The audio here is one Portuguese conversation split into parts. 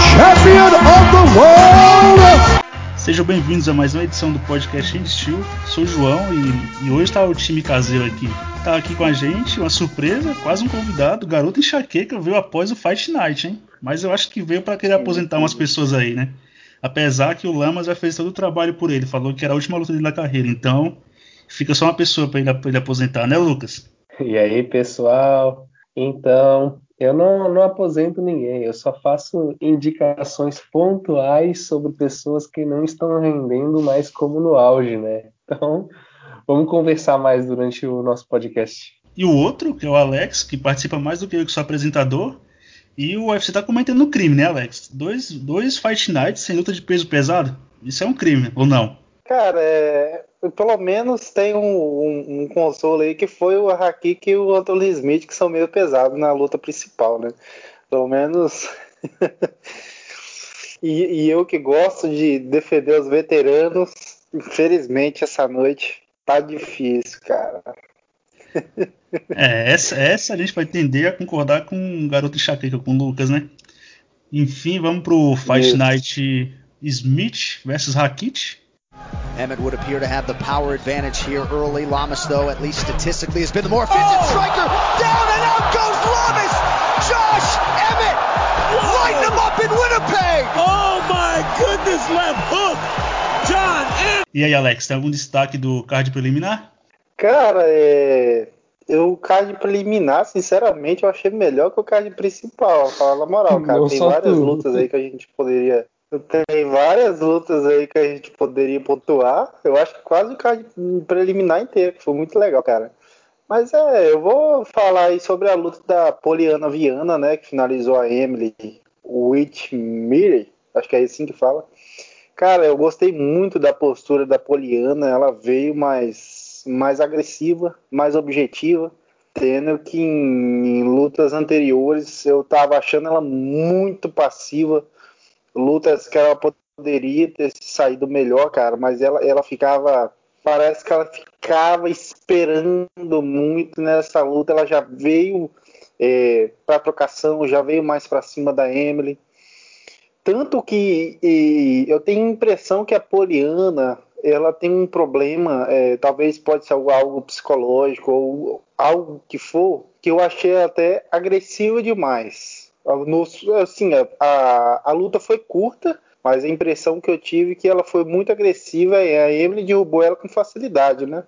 champion of the world! Sejam bem-vindos a mais uma edição do podcast em Steel. Sou o João e hoje está o time caseiro aqui. Tá aqui com a gente, uma surpresa, quase um convidado, garoto enxaqueca, veio após o Fight Night, hein? Mas eu acho que veio para querer aposentar umas pessoas aí, né? Apesar que o Lamas já fez todo o trabalho por ele, falou que era a última luta dele na carreira, então fica só uma pessoa para ele aposentar, né, Lucas? E aí, pessoal? Então, eu não aposento ninguém, eu só faço indicações pontuais sobre pessoas que não estão rendendo mais como no auge, né? Então, vamos conversar mais durante o nosso podcast. E o outro, que é o Alex, que participa mais do que eu, que sou apresentador. E o UFC tá cometendo um crime, né, Alex? Dois Fight Nights sem luta de peso pesado? Isso é um crime, ou não? Cara, pelo menos tem um consolo aí que foi o Hakik e o Anthony Smith, que são meio pesados na luta principal, né? Pelo menos. e eu que gosto de defender os veteranos, infelizmente essa noite tá difícil, cara. Essa a gente vai tender a concordar com o garoto enxaqueca, com o Lucas, né? Enfim, vamos pro Fight Night Smith versus Rakit. Emmett would appear to have the power advantage here early. Lamas, though, at least statistically, has been the more efficient striker. Down and out goes Lamas! Josh Emmett! Light him up in Winnipeg! Oh my goodness, left hook! John Emmett! E aí, Alex, tem algum destaque do card preliminar? Cara, o card preliminar, sinceramente, eu achei melhor que o card principal. Fala a moral, cara. Não Tem só várias tu. lutas aí que a gente poderia. Tem várias lutas aí que a gente poderia pontuar. Eu acho que quase o card preliminar inteiro, que foi muito legal, cara. Mas eu vou falar aí sobre a luta da Poliana Viana, né? Que finalizou a Emily Whitmire. Acho que é assim que fala. Cara, eu gostei muito da postura da Poliana. Ela veio mais agressiva, mais objetiva. Tendo que em lutas anteriores eu tava achando ela muito passiva. Lutas que ela poderia ter saído melhor, cara, mas ela ficava. Parece que ela ficava esperando muito nessa luta. Ela já veio para trocação, já veio mais para cima da Emily. Tanto que eu tenho a impressão que a Poliana ela tem um problema, talvez pode ser algo psicológico ou algo que for, que eu achei até agressivo demais. Assim, a luta foi curta, mas a impressão que eu tive é que ela foi muito agressiva e a Emily derrubou ela com facilidade, né?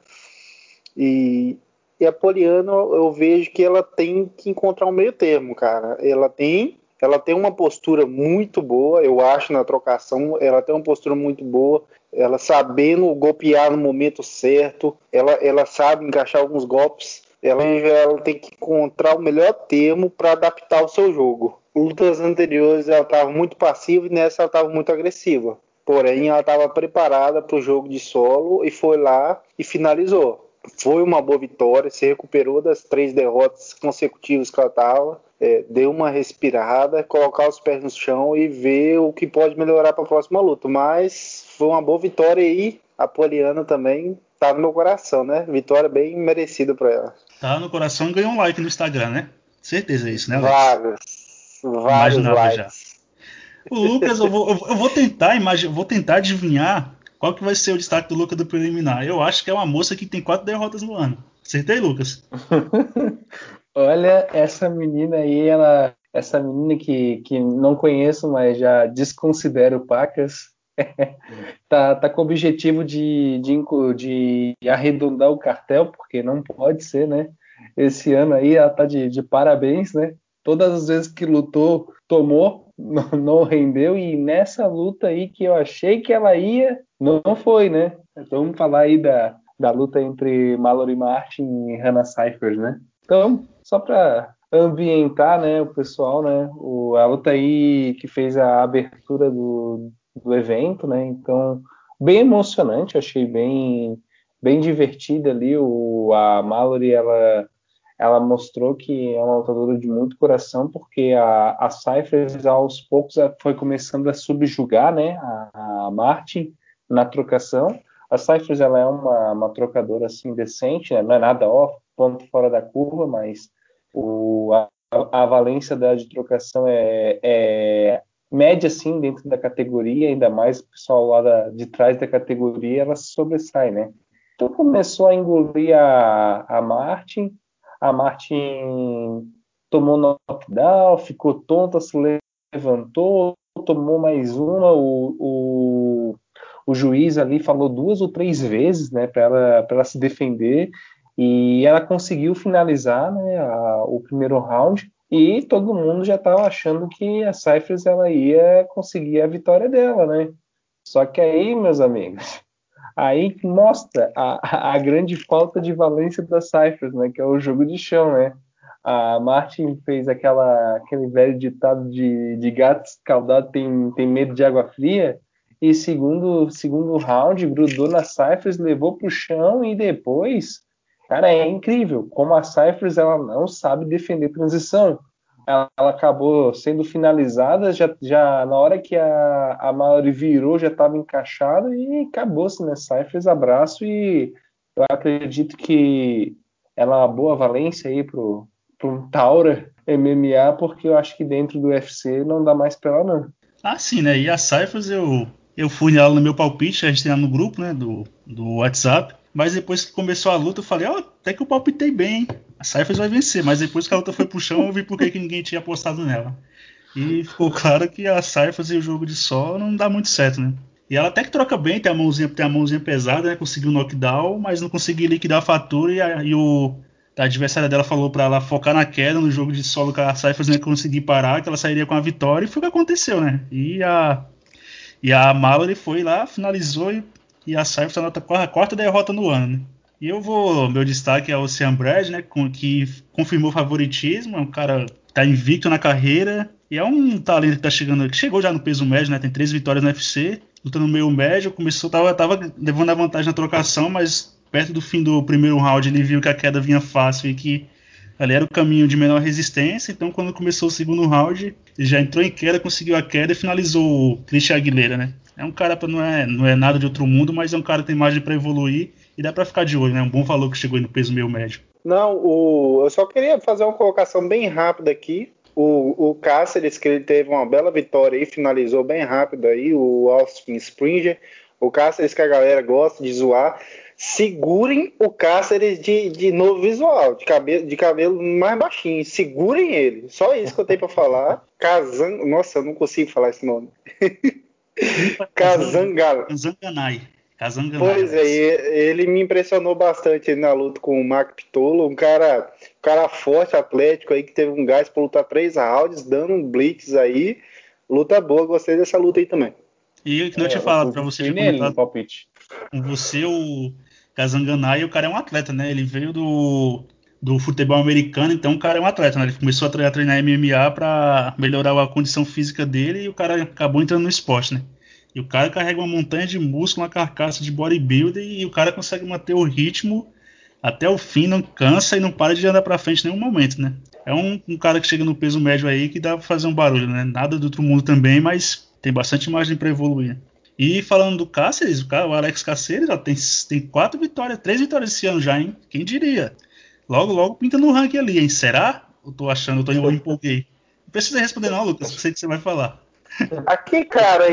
E a Poliana, eu vejo que ela tem que encontrar um meio termo, cara. Ela tem uma postura muito boa, eu acho, na trocação. Ela tem uma postura muito boa. Ela sabendo golpear no momento certo. Ela sabe encaixar alguns golpes. Ela tem que encontrar o melhor termo para adaptar o seu jogo. Lutas anteriores ela estava muito passiva e nessa ela estava muito agressiva. Porém, ela estava preparada para o jogo de solo e foi lá e finalizou. Foi uma boa vitória, se recuperou das 3 derrotas consecutivas que ela estava, deu uma respirada, colocar os pés no chão e ver o que pode melhorar para a próxima luta. Mas foi uma boa vitória e a Poliana também tá no meu coração, né? Vitória bem merecida para ela. Tá no coração e ganhou um like no Instagram, né? Certeza é isso, né, Alex? Vários Imaginava likes. já. O Lucas, eu vou tentar adivinhar qual que vai ser o destaque do Lucas do preliminar. Eu acho que é uma moça que tem 4 derrotas no ano. Acertei, Lucas? Olha, essa menina aí, essa menina que não conheço, mas já desconsidero pacas, tá com o objetivo de arredondar o cartel, porque não pode ser, né? Esse ano aí ela tá de parabéns, né? Todas as vezes que lutou, tomou, não rendeu, e nessa luta aí que eu achei que ela ia, não foi, né? Então vamos falar aí da luta entre Mallory Martin e Hannah Cifers, né? Então, só para ambientar, né, o pessoal, né? A luta aí que fez a abertura do evento, né? Então, bem emocionante, achei bem divertida ali. A Mallory, ela mostrou que é uma lutadora de muito coração, porque a Cifers, aos poucos, foi começando a subjugar, né, a Martin na trocação. A Cifers, ela é uma trocadora assim decente, né? Não é nada ponto fora da curva, mas a valência dela de trocação é média, assim, dentro da categoria, ainda mais o pessoal lá de trás da categoria, ela se sobressai, né? Então começou a engolir a Martin tomou knockdown, ficou tonta, se levantou, tomou mais uma, o juiz ali falou 2 ou 3 vezes, né, para ela se defender, e ela conseguiu finalizar, né, o primeiro round, e todo mundo já estava achando que a Cyphers ela ia conseguir a vitória dela, né? Só que aí, meus amigos, aí que mostra a grande falta de valência da Cyphers, né, que é o jogo de chão, né? A Martin fez aquele velho ditado de gato escaldado tem medo de água fria, e segundo round grudou na Cyphers, levou para o chão e depois, cara, é incrível como a Cyphers ela não sabe defender transição. Ela acabou sendo finalizada já na hora que a Mallory virou, já estava encaixada e acabou-se, né? Cyphers, abraço, e eu acredito que ela é uma boa valência aí para um Taura MMA, porque eu acho que dentro do UFC não dá mais para ela, não. Ah, sim, né? E a Cyphers eu fui nela no meu palpite, a gente tem lá no grupo, né, do WhatsApp. Mas depois que começou a luta, eu falei, ó, até que eu palpitei bem, hein? A Cyphers vai vencer. Mas depois que a luta foi pro chão, eu vi por que ninguém tinha apostado nela. E ficou claro que a Cyphers e o jogo de solo não dá muito certo, né? E ela até que troca bem, tem a mãozinha pesada, né? Conseguiu um knockdown, mas não conseguiu liquidar a fatura a adversária dela falou pra ela focar na queda no jogo de solo que a Cyphers não ia conseguir parar, que ela sairia com a vitória, e foi o que aconteceu, né? E a Mallory foi lá, finalizou e a Cyphers anota a quarta derrota no ano, né? E meu destaque é o Sean Brad, né? Que confirmou favoritismo, é um cara que tá invicto na carreira e é um talento que tá chegando, que chegou já no peso médio, né? Tem 3 vitórias no UFC, lutando no meio médio, tava levando a vantagem na trocação, mas perto do fim do primeiro round ele viu que a queda vinha fácil e que ali era o caminho de menor resistência, então quando começou o segundo round, ele já entrou em queda, conseguiu a queda e finalizou o Christian Aguilera, né? É um cara que não é nada de outro mundo, mas é um cara que tem margem para evoluir e dá para ficar de olho, né? Um bom valor que chegou aí no peso meio médio. Não, eu só queria fazer uma colocação bem rápida aqui. O Cáceres, que ele teve uma bela vitória e finalizou bem rápido aí, o Austin Springer. O Cáceres que a galera gosta de zoar. Segurem o Cáceres de novo visual, de cabelo mais baixinho. Segurem ele. Só isso que eu tenho pra falar. Nossa, eu não consigo falar esse nome. Kazanganai. Pois é, ele me impressionou bastante na luta com o Mark Pitolo, um cara forte, atlético aí, que teve um gás para lutar 3 rounds, dando um blitz aí. Luta boa, gostei dessa luta aí também. E que não tinha falado para você, fui tinha nele comentado no palpite. com você, o Kazanganai, o cara é um atleta, né? Ele veio do futebol americano, então o cara é um atleta, né? Ele começou a treinar MMA para melhorar a condição física dele e o cara acabou entrando no esporte, né? E o cara carrega uma montanha de músculo, uma carcaça de bodybuilder e o cara consegue manter o ritmo até o fim, não cansa e não para de andar para frente em nenhum momento, né? É um cara que chega no peso médio aí que dá para fazer um barulho, né? Nada do outro mundo também, mas tem bastante margem para evoluir. E falando do Cáceres, o Alex Cáceres ó, tem 4 vitórias, 3 vitórias esse ano já, hein? Quem diria? Logo pinta no ranking ali, hein? Será? Eu empolguei. Não precisa responder não, Lucas, eu sei que você vai falar. Aqui, cara,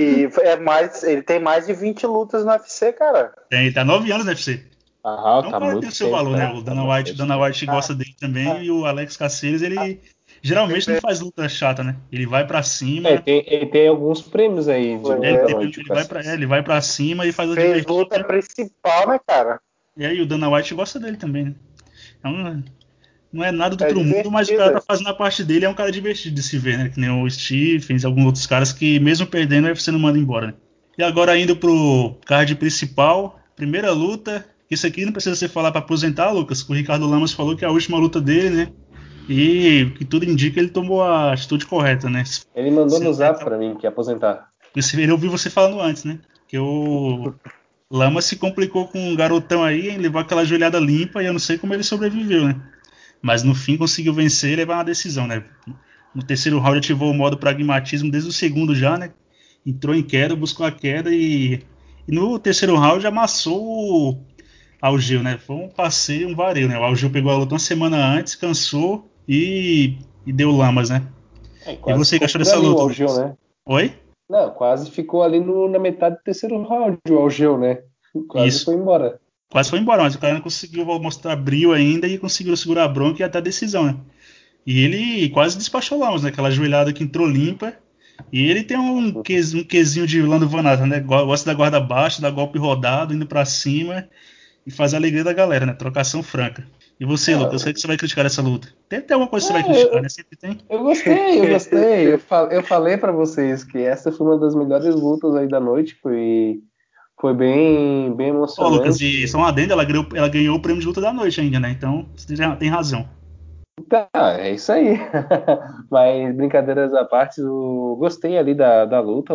ele tem mais de 20 lutas no UFC, cara. Ele tá 9 anos no UFC. Então o Tá cara tem o muito seu tempo, valor, né? cara. O Dana White gosta dele também e o Alex Cáceres, ele geralmente não faz luta chata, né? Ele vai pra cima. Ele tem alguns prêmios aí de luta da noite. Ele vai pra cima e faz o Fez divertido. luta principal, né, cara? E aí o Dana White gosta dele também, né? Então, não é nada do É outro mundo, mas o cara tá divertido. fazendo a parte dele, é um cara divertido de se ver, né? Que nem o Stephens e alguns outros caras que, mesmo perdendo, o UFC não manda embora, né? E agora indo pro card principal, primeira luta. Isso aqui não precisa ser falar pra aposentar, Lucas. O Ricardo Lamas falou que é a última luta dele, né? E que tudo indica ele tomou a atitude correta, né? Ele mandou no zap pra mim que ia aposentar. Eu ouvi você falando antes, né? Que o Lama se complicou com um garotão aí, hein? Levou aquela joelhada limpa e eu não sei como ele sobreviveu, né? Mas no fim conseguiu vencer e levar uma decisão, né? No terceiro round ativou o modo pragmatismo desde o segundo já, né? Entrou em queda, buscou a queda e no terceiro round amassou o Algeu, né? Foi um passeio, um vareio, né? O Algeu pegou a luta uma semana antes, cansou e deu lamas, né? E você que achou dessa ali o luta, Algeu, Lucas? né? Oi? Não, quase ficou ali na metade do terceiro round o Algeu, né? Quase Isso. foi embora. Quase foi embora, mas o cara não conseguiu mostrar brilho ainda e conseguiu segurar a bronca e até a decisão, né? E ele quase despachou o Lamas, né? Aquela joelhada que entrou limpa. E ele tem um quesinho de Lando Vanata, né? Gosta da guarda baixa, dá golpe rodado, indo pra cima e faz a alegria da galera, né? Trocação franca. E você, Lucas, o que é que você vai criticar nessa luta? Tem até alguma coisa que você vai criticar, né? Sempre tem. Eu gostei. Eu falei pra vocês que essa foi uma das melhores lutas aí da noite. Foi bem Ó, Lucas, e emocionante. só um adendo, ela ganhou o prêmio de luta da noite ainda, né? Então, você já tem razão. Tá, é isso aí. Mas brincadeiras à parte, eu gostei ali da luta.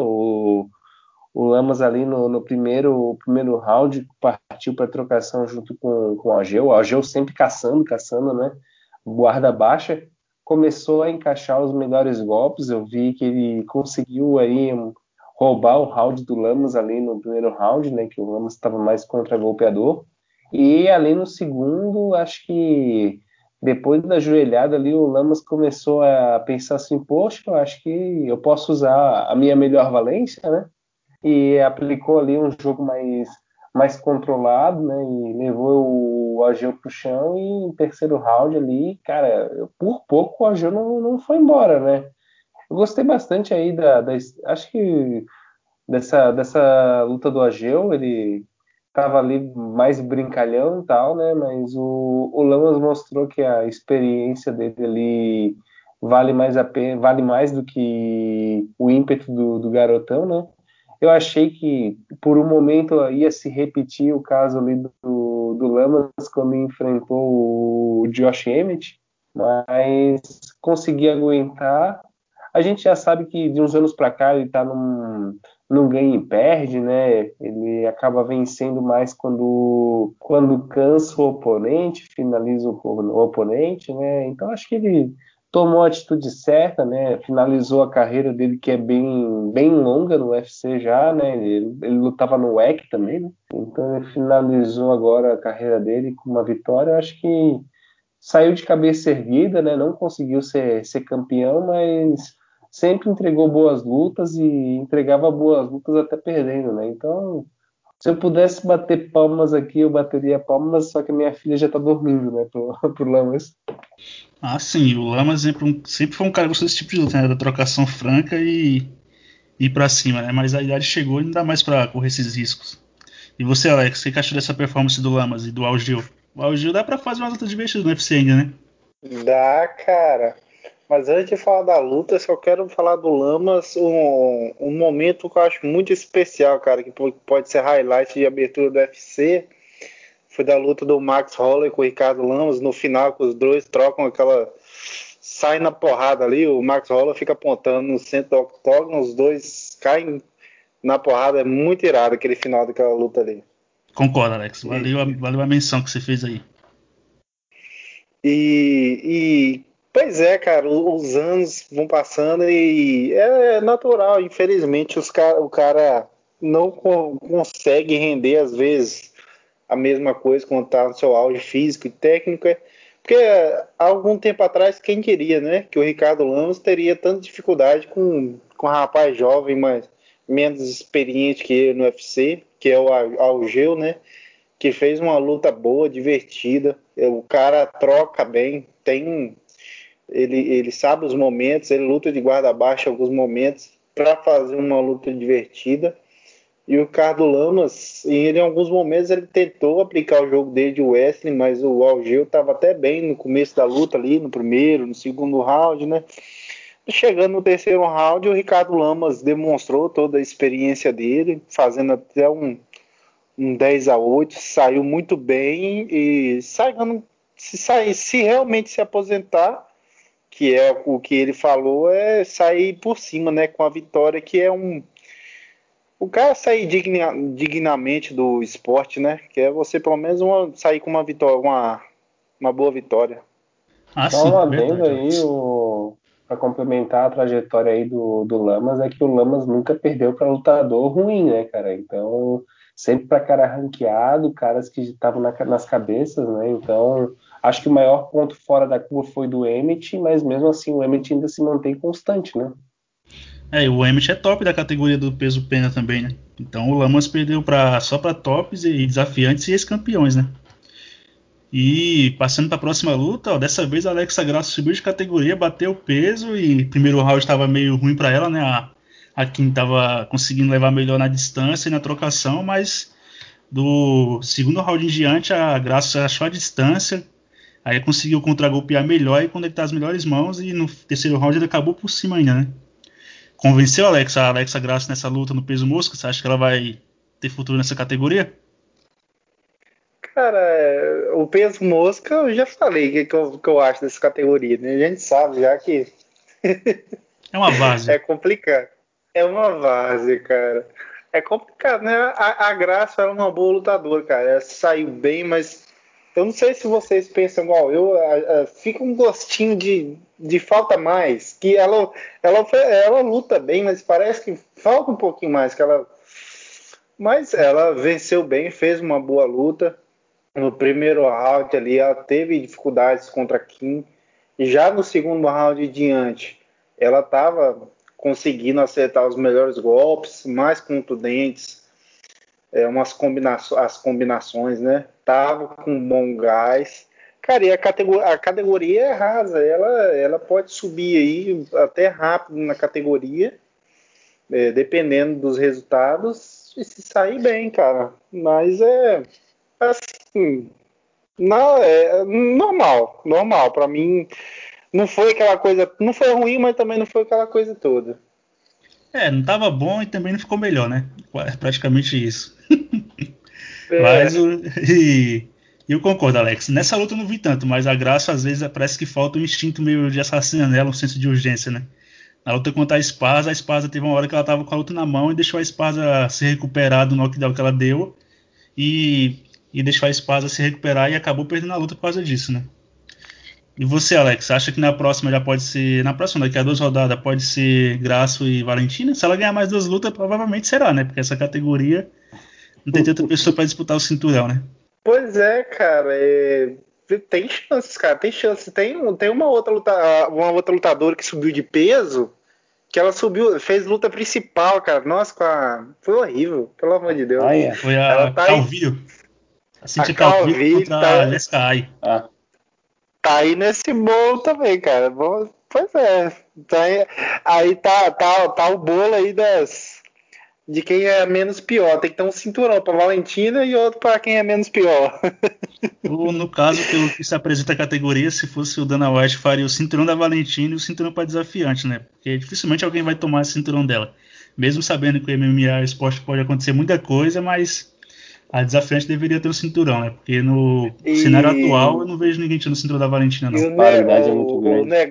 O Lamas ali no primeiro round partiu para trocação junto com o Algeu. O Algeu sempre caçando, né? Guarda baixa. Começou a encaixar os melhores golpes. Eu vi que ele conseguiu aí roubar o round do Lamas ali no primeiro round, né? Que o Lamas estava mais contra-golpeador. E ali no segundo, acho que depois da joelhada ali, o Lamas começou a pensar assim, poxa, eu acho que eu posso usar a minha melhor valência, né? E aplicou ali um jogo mais controlado, né? E levou o Ageu pro chão e em terceiro round ali, cara, por pouco o Ageu não foi embora, né? Eu gostei bastante aí acho que dessa luta do Ageu, ele tava ali mais brincalhão e tal, né? Mas o Lamas mostrou que a experiência dele ali vale mais a pena, vale mais do que o ímpeto do garotão, né? Eu achei que por um momento ia se repetir o caso ali do Lamas quando enfrentou o Josh Emmett, mas consegui aguentar. A gente já sabe que de uns anos para cá ele está num ganha e perde, né? Ele acaba vencendo mais quando cansa o oponente, finaliza o oponente, né? Então acho que ele tomou a atitude certa, né? Finalizou a carreira dele que é bem longa no UFC já, né? Ele lutava no WEC também, né? Então ele finalizou agora a carreira dele com uma vitória. Eu acho que saiu de cabeça erguida, né? Não conseguiu ser campeão, mas sempre entregou boas lutas e entregava boas lutas até perdendo, né? Então, se eu pudesse bater palmas aqui, eu bateria palmas, só que minha filha já tá dormindo, né, pro Lamas. Ah, sim, o Lamas sempre foi um cara que gostou desse tipo de luta, né? Da trocação franca e ir pra cima, né? Mas a idade chegou e não dá mais pra correr esses riscos. E você, Alex, o que achou dessa performance do Lamas e do Algil? O Algil dá pra fazer uma luta divertida no UFC ainda, né? Dá, cara. Mas antes de falar da luta, eu só quero falar do Lamas, um momento que eu acho muito especial, cara, que pode ser highlight de abertura do UFC. Foi da luta do Max Holloway com o Ricardo Lamas, no final que os dois trocam aquela... Sai na porrada ali, o Max Holloway fica apontando no centro do octógono, os dois caem na porrada, é muito irado aquele final daquela luta ali. Concordo, Alex. E, Valeu a menção que você fez aí. pois é, cara, os anos vão passando e é natural, infelizmente o cara não consegue render às vezes a mesma coisa quando tá no seu auge físico e técnico, porque há algum tempo atrás quem queria, né, que o Ricardo Lamos teria tanta dificuldade com um rapaz jovem, mas menos experiente que ele no UFC, que é o Algeu, né, que fez uma luta boa, divertida. O cara troca bem, ele sabe os momentos, ele luta de guarda baixa em alguns momentos para fazer uma luta divertida. E o Ricardo Lamas, ele, em alguns momentos, ele tentou aplicar o jogo dele de wrestling, mas o Algeu estava até bem no começo da luta ali, no primeiro, no segundo round, né? Chegando no terceiro round, o Ricardo Lamas demonstrou toda a experiência dele, fazendo até um 10-8, saiu muito bem e se realmente se aposentar, que é o que ele falou, é sair por cima, né, com a vitória, que é o cara sair dignamente do esporte, né, que é você pelo menos sair com uma vitória, uma boa vitória. Ah, Só um sim, adendo verdade, aí, Alex. para complementar a trajetória aí do Lamas, é que o Lamas nunca perdeu para lutador ruim, né, cara? Então, sempre para cara ranqueado, caras que estavam nas cabeças, né? Então, acho que o maior ponto fora da curva foi do Emmett, mas mesmo assim o Emmett ainda se mantém constante, né? O Emmett é top da categoria do peso pena também, né? Então o Lamas perdeu só para tops e desafiantes e ex-campeões, né? E passando para a próxima luta, ó, dessa vez a Alexa Grasso subiu de categoria, bateu o peso e primeiro round estava meio ruim para ela, né? A Kim estava conseguindo levar melhor na distância e na trocação, mas do segundo round em diante a Grasso achou a distância, aí conseguiu contra-golpear melhor e conectar as melhores mãos e no terceiro round ele acabou por cima ainda, né? Convenceu a Alexa Grasso nessa luta no peso mosca? Você acha que ela vai ter futuro nessa categoria? Cara, o peso mosca eu já falei o que eu acho dessa categoria, né? A gente sabe já que É uma várzea. é complicado. É uma várzea, cara. É complicado, né? A Graça era uma boa lutadora, cara. Ela saiu bem, mas eu não sei se vocês pensam igual eu. Fica um gostinho de falta mais. Que ela luta bem, mas parece que falta um pouquinho mais. Mas ela venceu bem, fez uma boa luta. No primeiro round ali, ela teve dificuldades contra a Kim. E já no segundo round em diante, ela estava conseguindo acertar os melhores golpes, mais contundentes, as combinações, né? Tava com um bom gás. Cara, e a categoria é rasa, ela pode subir aí até rápido na categoria, dependendo dos resultados, e se sair bem, cara. Mas assim, não, é normal, normal. Para mim, não foi aquela coisa, não foi ruim, mas também não foi aquela coisa toda. Não estava bom e também não ficou melhor, né? É praticamente isso. Mas É, e eu concordo, Alex. Nessa luta eu não vi tanto, mas a Graça às vezes parece que falta um instinto meio de assassino nela, um senso de urgência, né? Na luta contra a Esparza teve uma hora que ela tava com a luta na mão e deixou a Esparza se recuperar do knockdown que ela deu e deixou a Esparza se recuperar e acabou perdendo a luta por causa disso, né? E você, Alex, acha que na próxima já pode ser. Na próxima, daqui a 2 rodadas, pode ser Graço e Valentina? Se ela ganhar mais 2 lutas, provavelmente será, né? Porque essa categoria não tem tanta pessoa para disputar o cinturão, né? pois é, cara. Tem chances, cara. Tem chances. Tem uma outra lutadora que subiu de peso, que ela subiu, fez luta principal, cara. Nossa, foi horrível, pelo amor de Ah, Deus. é. Foi Ela a tá aí, Calvillo, a a Cintia Calvillo Calvi contra a Jessica Ai. Ah, tá aí nesse bolo também, cara. Pois é. Aí tá o bolo aí de quem é menos pior. Tem que ter um cinturão pra Valentina e outro pra quem é menos pior. Ou, no caso, pelo que se apresenta a categoria, se fosse o Dana White, faria o cinturão da Valentina e o cinturão para desafiante, né? Porque dificilmente alguém vai tomar esse cinturão dela. Mesmo sabendo que o MMA, o esporte, pode acontecer muita coisa, mas a desafiante deveria ter o cinturão, né? Porque no cenário atual eu E, não vejo ninguém tirando o cinturão da Valentina, a não. disparidade é muito o grande.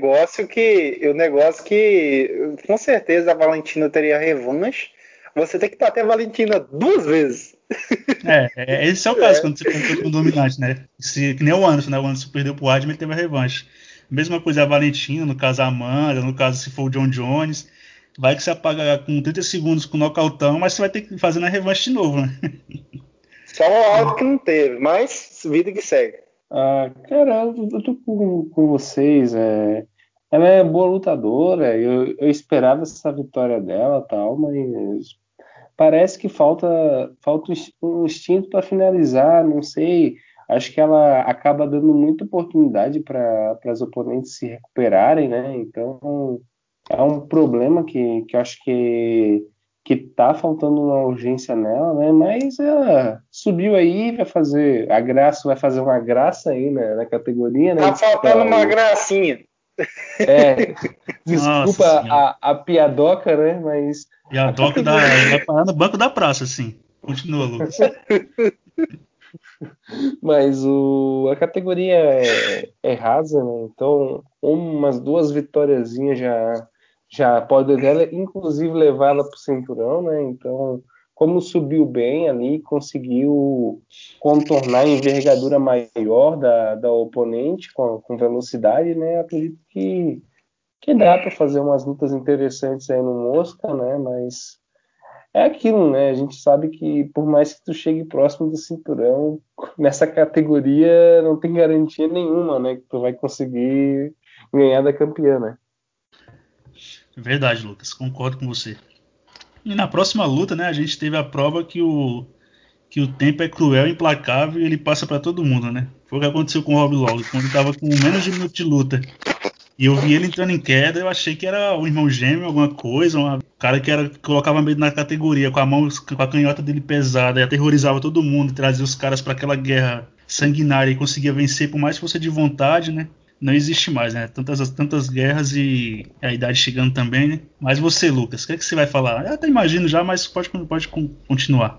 negócio que com certeza a Valentina teria revanche. Você tem que bater a Valentina 2 vezes. Esse é o caso É. quando você pega o campeão dominante, né? Que nem o Anderson, né? O Anderson perdeu pro Weidman e teve a revanche. Mesma coisa a Valentina, no caso a Amanda, no caso se for o John Jones. Vai que você apaga com 30 segundos com nocautão, mas você vai ter que fazer na revanche de novo, né? Só o alto que não teve, mas vida que segue. Ah, cara, eu tô com vocês. Ela é boa lutadora. Eu esperava essa vitória dela, tal, mas parece que falta um instinto para finalizar. Não sei. Acho que ela acaba dando muita oportunidade para as oponentes se recuperarem, né? Então é um problema que eu acho que tá faltando uma urgência nela, né? Mas ela subiu aí, vai fazer uma graça aí na categoria, né? Tá faltando uma gracinha. É, Nossa desculpa senhora. a piadoca, né? Mas E a a Doca categoria, vai parar no banco da praça, assim. Continua, Lucas. a categoria é rasa, né? Então, umas duas vitóriazinhas já pode dela, inclusive levar ela para o cinturão, né? Então, como subiu bem ali, conseguiu contornar a envergadura maior da oponente com velocidade, né? Acredito que dá para fazer umas lutas interessantes aí no Mosca, né? Mas é aquilo, né? A gente sabe que por mais que tu chegue próximo do cinturão, nessa categoria não tem garantia nenhuma, né? Que tu vai conseguir ganhar da campeã, né? Verdade, Lucas, concordo com você. E na próxima luta, né, a gente teve a prova que o tempo é cruel, implacável e ele passa pra todo mundo, né? Foi o que aconteceu com o Rob Lawler, quando ele tava com menos de um minuto de luta. E eu vi ele entrando em queda, eu achei que era um irmão gêmeo, alguma coisa, um cara que colocava medo na categoria, com a canhota dele pesada, e aterrorizava todo mundo, e trazia os caras pra aquela guerra sanguinária e conseguia vencer, por mais que fosse de vontade, né? Não existe mais, né? Tantas guerras e a idade chegando também, né? Mas você, Lucas, o que é que você vai falar? Eu até imagino já, mas pode continuar.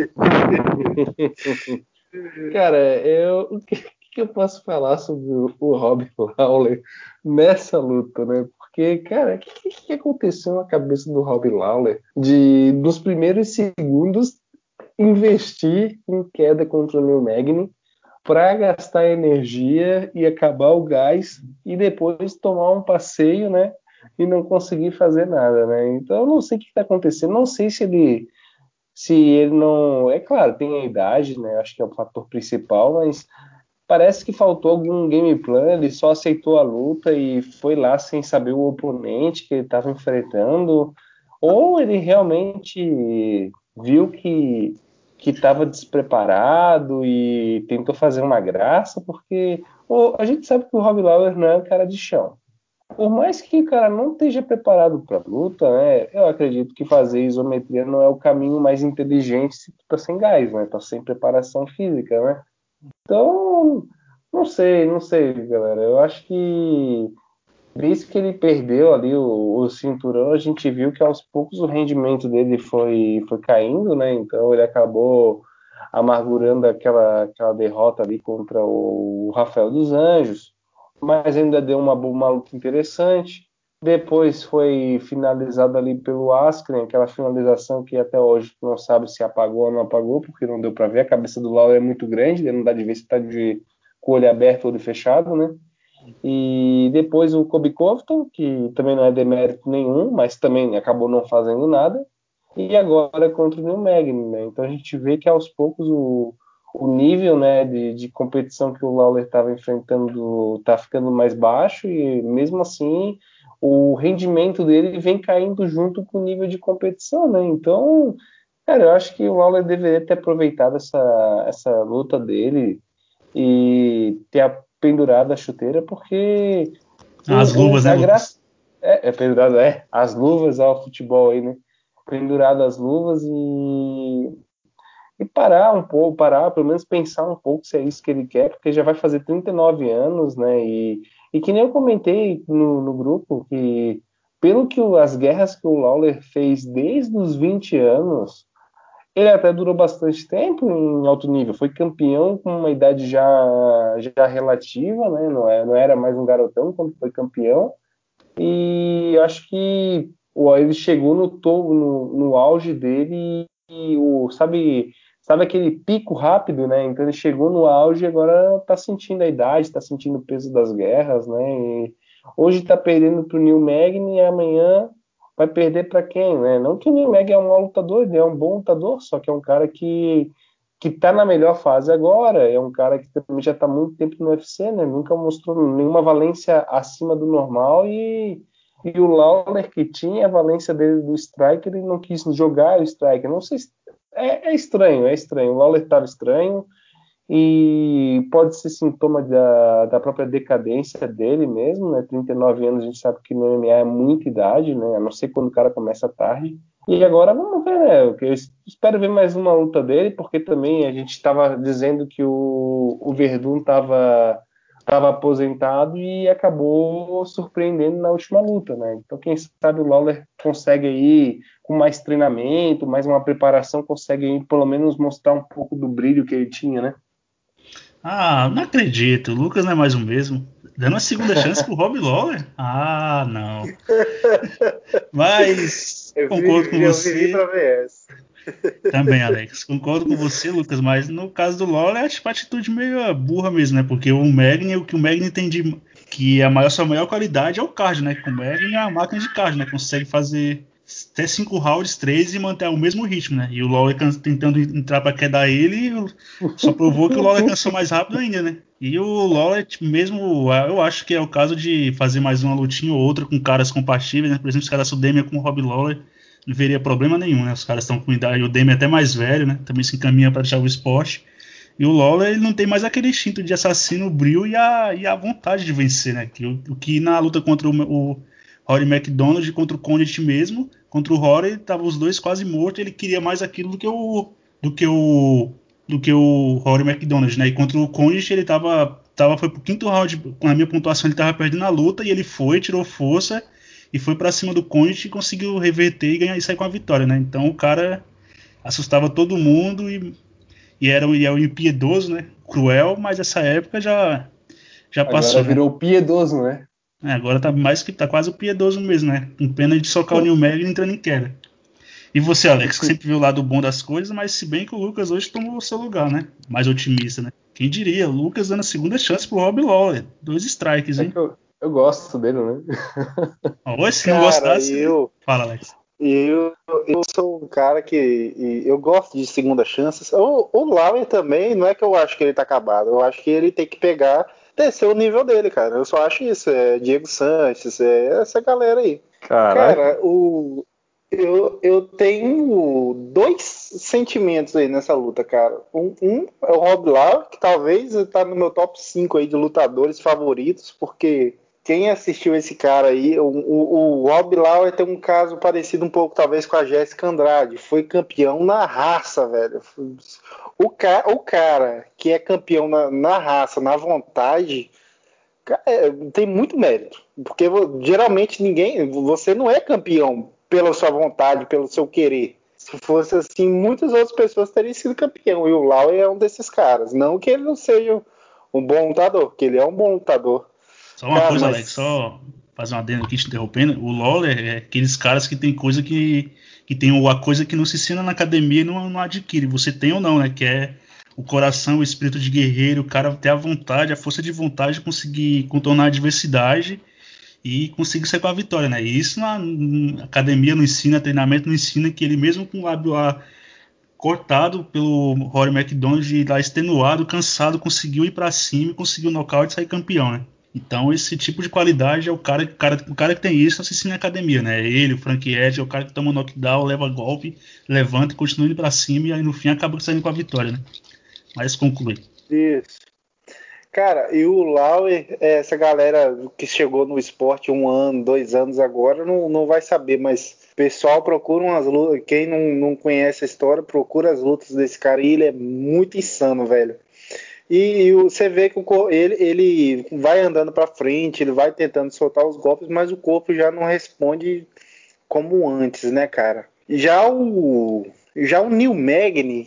Cara, o que eu posso falar sobre o Rob Lawler nessa luta, né? Porque, cara, o que aconteceu na cabeça do Rob Lawler de, nos primeiros segundos, investir em queda contra o Neil Magny para gastar energia e acabar o gás e depois tomar um passeio, né? E não conseguir fazer nada, né? Então eu não sei o que está acontecendo, não sei se ele não. É claro, tem a idade, né? Acho que é o fator principal, mas parece que faltou algum game plan. Ele só aceitou a luta e foi lá sem saber o oponente que ele estava enfrentando, ou ele realmente viu que estava despreparado e tentou fazer uma graça, porque a gente sabe que o Rob Lawler não é um cara de chão. Por mais que o cara não esteja preparado para a luta, né, eu acredito que fazer isometria não é o caminho mais inteligente se tu tá sem gás, né? Tá sem preparação física, né? Então, não sei, galera. Eu acho que desde que ele perdeu ali o cinturão, a gente viu que aos poucos o rendimento dele foi caindo, né? Então ele acabou amargurando aquela derrota ali contra o Rafael dos Anjos, mas ainda deu uma luta interessante. Depois foi finalizado ali pelo Askren, aquela finalização que até hoje não sabe se apagou ou não apagou, porque não deu para ver. A cabeça do Lau é muito grande, não dá de ver se está com o olho aberto ou olho fechado, né? E depois o Kobe Covington, que também não é demérito nenhum, mas também acabou não fazendo nada. E agora contra o Neil Magny, né? Então a gente vê que aos poucos o nível, né, de competição que o Lawler estava enfrentando está ficando mais baixo e mesmo assim o rendimento dele vem caindo junto com o nível de competição, né? Então, cara, eu acho que o Lawler deveria ter aproveitado essa luta dele e ter pendurado a chuteira, porque As luvas, né, a Lucas? graça pendurado, as luvas ao futebol aí, né? Pendurado as luvas e parar um pouco, pelo menos pensar um pouco se é isso que ele quer, porque já vai fazer 39 anos, né? E que nem eu comentei no grupo, que pelo que as guerras que o Lawler fez desde os 20 anos, ele até durou bastante tempo em alto nível. Foi campeão com uma idade já relativa, né? Não era mais um garotão quando foi campeão. E acho que ele chegou no auge dele e sabe aquele pico rápido, né? Então ele chegou no auge e agora tá sentindo a idade, tá sentindo o peso das guerras, né? E hoje tá perdendo pro Neil Magny e amanhã vai perder para quem, né? Não que o Neil Magny é um mau lutador, ele é um bom lutador, só que é um cara que tá na melhor fase agora, é um cara que também já tá há muito tempo no UFC, né? Nunca mostrou nenhuma valência acima do normal e o Lawler que tinha a valência dele do striker, ele não quis jogar o striker. Não sei, é estranho, é estranho. O Lawler estava estranho e pode ser sintoma da própria decadência dele mesmo, né? 39 anos a gente sabe que no MMA é muita idade, né? A não ser quando o cara começa tarde. E agora vamos ver, né? Eu espero ver mais uma luta dele, porque também a gente estava dizendo que o Verdun estava aposentado e acabou surpreendendo na última luta, né? Então, quem sabe o Lawler consegue aí, com mais treinamento, mais uma preparação, consegue aí, pelo menos mostrar um pouco do brilho que ele tinha, né? Ah, não acredito. O Lucas não é mais o mesmo. Dando uma segunda chance pro Rob Lawler? Ah, não. Mas concordo com Eu vivi você pra ver essa. também, Alex. Concordo com você, Lucas, mas no caso do Lawler é tipo atitude meio burra mesmo, né? Porque o que o Magny tem que sua maior qualidade é o cardio, né? Que o Magny é uma máquina de cardio, né? Consegue fazer até 5 rounds, 3 e manter o mesmo ritmo, né? E o Lawler tentando entrar pra quedar ele, só provou que o Lawler cansou mais rápido ainda, né? E o Lawler, mesmo, eu acho que é o caso de fazer mais uma lutinha ou outra com caras compatíveis, né? Por exemplo, os caras do Demian com o Rob Lawler, não veria problema nenhum, né? Os caras estão com idade, o Demian é até mais velho, né? Também se encaminha para deixar o esporte. E o Lawler, ele não tem mais aquele instinto de assassino, o brilho e a vontade de vencer, né? O que na luta contra o Rory McDonald e contra o Condit mesmo, contra o Rory, estavam os dois quase mortos, ele queria mais aquilo do que o Rory McDonald, né? E contra o Condit ele foi pro quinto round, com a minha pontuação ele tava perdendo a luta, e ele tirou força e foi pra cima do Condit e conseguiu reverter e sair com a vitória, né? Então o cara assustava todo mundo e era o impiedoso, né? Cruel, mas essa época já passou, Agora virou piedoso, né? Agora tá quase o piedoso mesmo, né? Com pena de socar o New Mag entrando em queda. E você, Alex, que sempre viu o lado bom das coisas, mas se bem que o Lucas hoje tomou o seu lugar, né? Mais otimista, né? Quem diria? O Lucas dando a segunda chance pro Rob Lawler. 2 strikes, É hein? que eu gosto dele, né? Oi, se não Cara, gostasse. Fala, Alex. eu, eu sou um cara que eu gosto de segunda chances. O Lauer também, não é que eu acho que ele tá acabado, eu acho que ele tem que descer o nível dele, cara. Eu só acho isso, Diego Sanches, essa galera aí. Caraca. Cara, eu tenho dois sentimentos aí nessa luta, cara. Um é o Rob Lauer, que talvez tá no meu top 5 aí de lutadores favoritos, porque quem assistiu esse cara aí, o Rob Lauer tem um caso parecido um pouco talvez com a Jéssica Andrade. Foi campeão na raça, velho. O cara que é campeão na raça, na vontade, tem muito mérito. Porque geralmente você não é campeão pela sua vontade, pelo seu querer. Se fosse assim, muitas outras pessoas teriam sido campeão. E o Lauer é um desses caras. Não que ele não seja um bom lutador, porque ele é um bom lutador. Só uma Cara, coisa, Alex, mas só fazer uma adendo aqui te interrompendo. O Lawler é aqueles caras que tem coisa que tem a coisa que não se ensina na academia e não adquire. Você tem ou não, né? Que é o coração, o espírito de guerreiro, o cara ter a vontade, a força de vontade de conseguir contornar a adversidade e conseguir sair com a vitória, né? E isso na academia não ensina, treinamento não ensina, que ele mesmo com o lábio lá cortado pelo Rory McDonald, lá extenuado, cansado, conseguiu ir pra cima e conseguiu o nocaute e sair campeão, né? Então esse tipo de qualidade é o cara que tem isso, não se ensina na academia, né? Ele, o Frank Edge, é o cara que toma knockdown, leva golpe, levanta e continua indo pra cima e aí no fim acaba saindo com a vitória, né? Mas conclui. isso. Cara, e o Lauer, essa galera que chegou no esporte 1 ano, 2 anos agora, não vai saber, mas o pessoal procura umas lutas. Quem não conhece a história, procura as lutas desse cara e ele é muito insano, velho. E você vê que ele vai andando pra frente, ele vai tentando soltar os golpes, mas o corpo já não responde como antes, né, cara? Já o Neil Magny,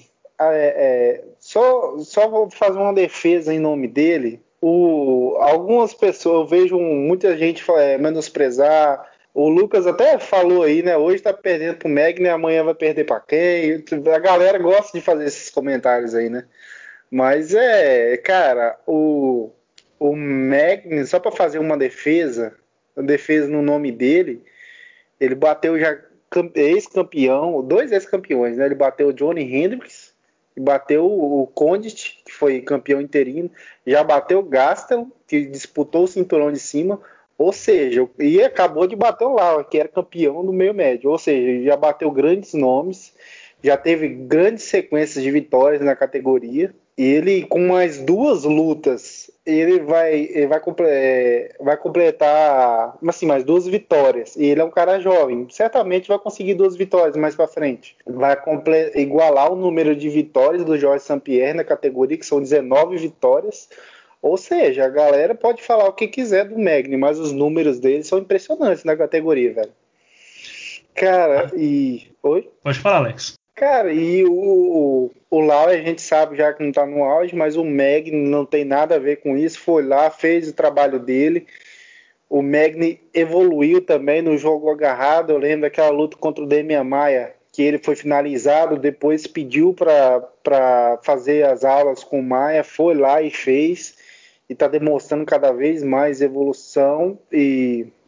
só vou fazer uma defesa em nome dele. Algumas pessoas, eu vejo muita gente menosprezar. O Lucas até falou aí, né? Hoje tá perdendo pro Magny, amanhã vai perder pra quem? A galera gosta de fazer esses comentários aí, né? Mas cara, o Magny, só para fazer uma defesa no nome dele, ele bateu já ex-campeão, 2 ex-campeões, né? Ele bateu o Johnny Hendricks e bateu o Condit, que foi campeão interino, já bateu o Gastelum, que disputou o cinturão de cima, ou seja, e acabou de bater o Lau, que era campeão do meio médio, ou seja, já bateu grandes nomes, já teve grandes sequências de vitórias na categoria, e ele com mais 2 lutas ele vai completar assim, mais 2 vitórias. E ele é um cara jovem. Certamente vai conseguir 2 vitórias mais para frente. Vai igualar o número de vitórias do Georges St-Pierre na categoria, que são 19 vitórias. Ou seja, a galera pode falar o que quiser do Magny, mas os números dele são impressionantes na categoria, velho. Cara, Oi? Pode falar, Alex. Cara, e o Lau a gente sabe já que não tá no auge, mas o Magny não tem nada a ver com isso. Foi lá, fez o trabalho dele. O Magny evoluiu também no jogo agarrado. Eu lembro daquela luta contra o Demian Maia, que ele foi finalizado, depois pediu para fazer as aulas com o Maia, foi lá e fez. E tá demonstrando cada vez mais evolução. E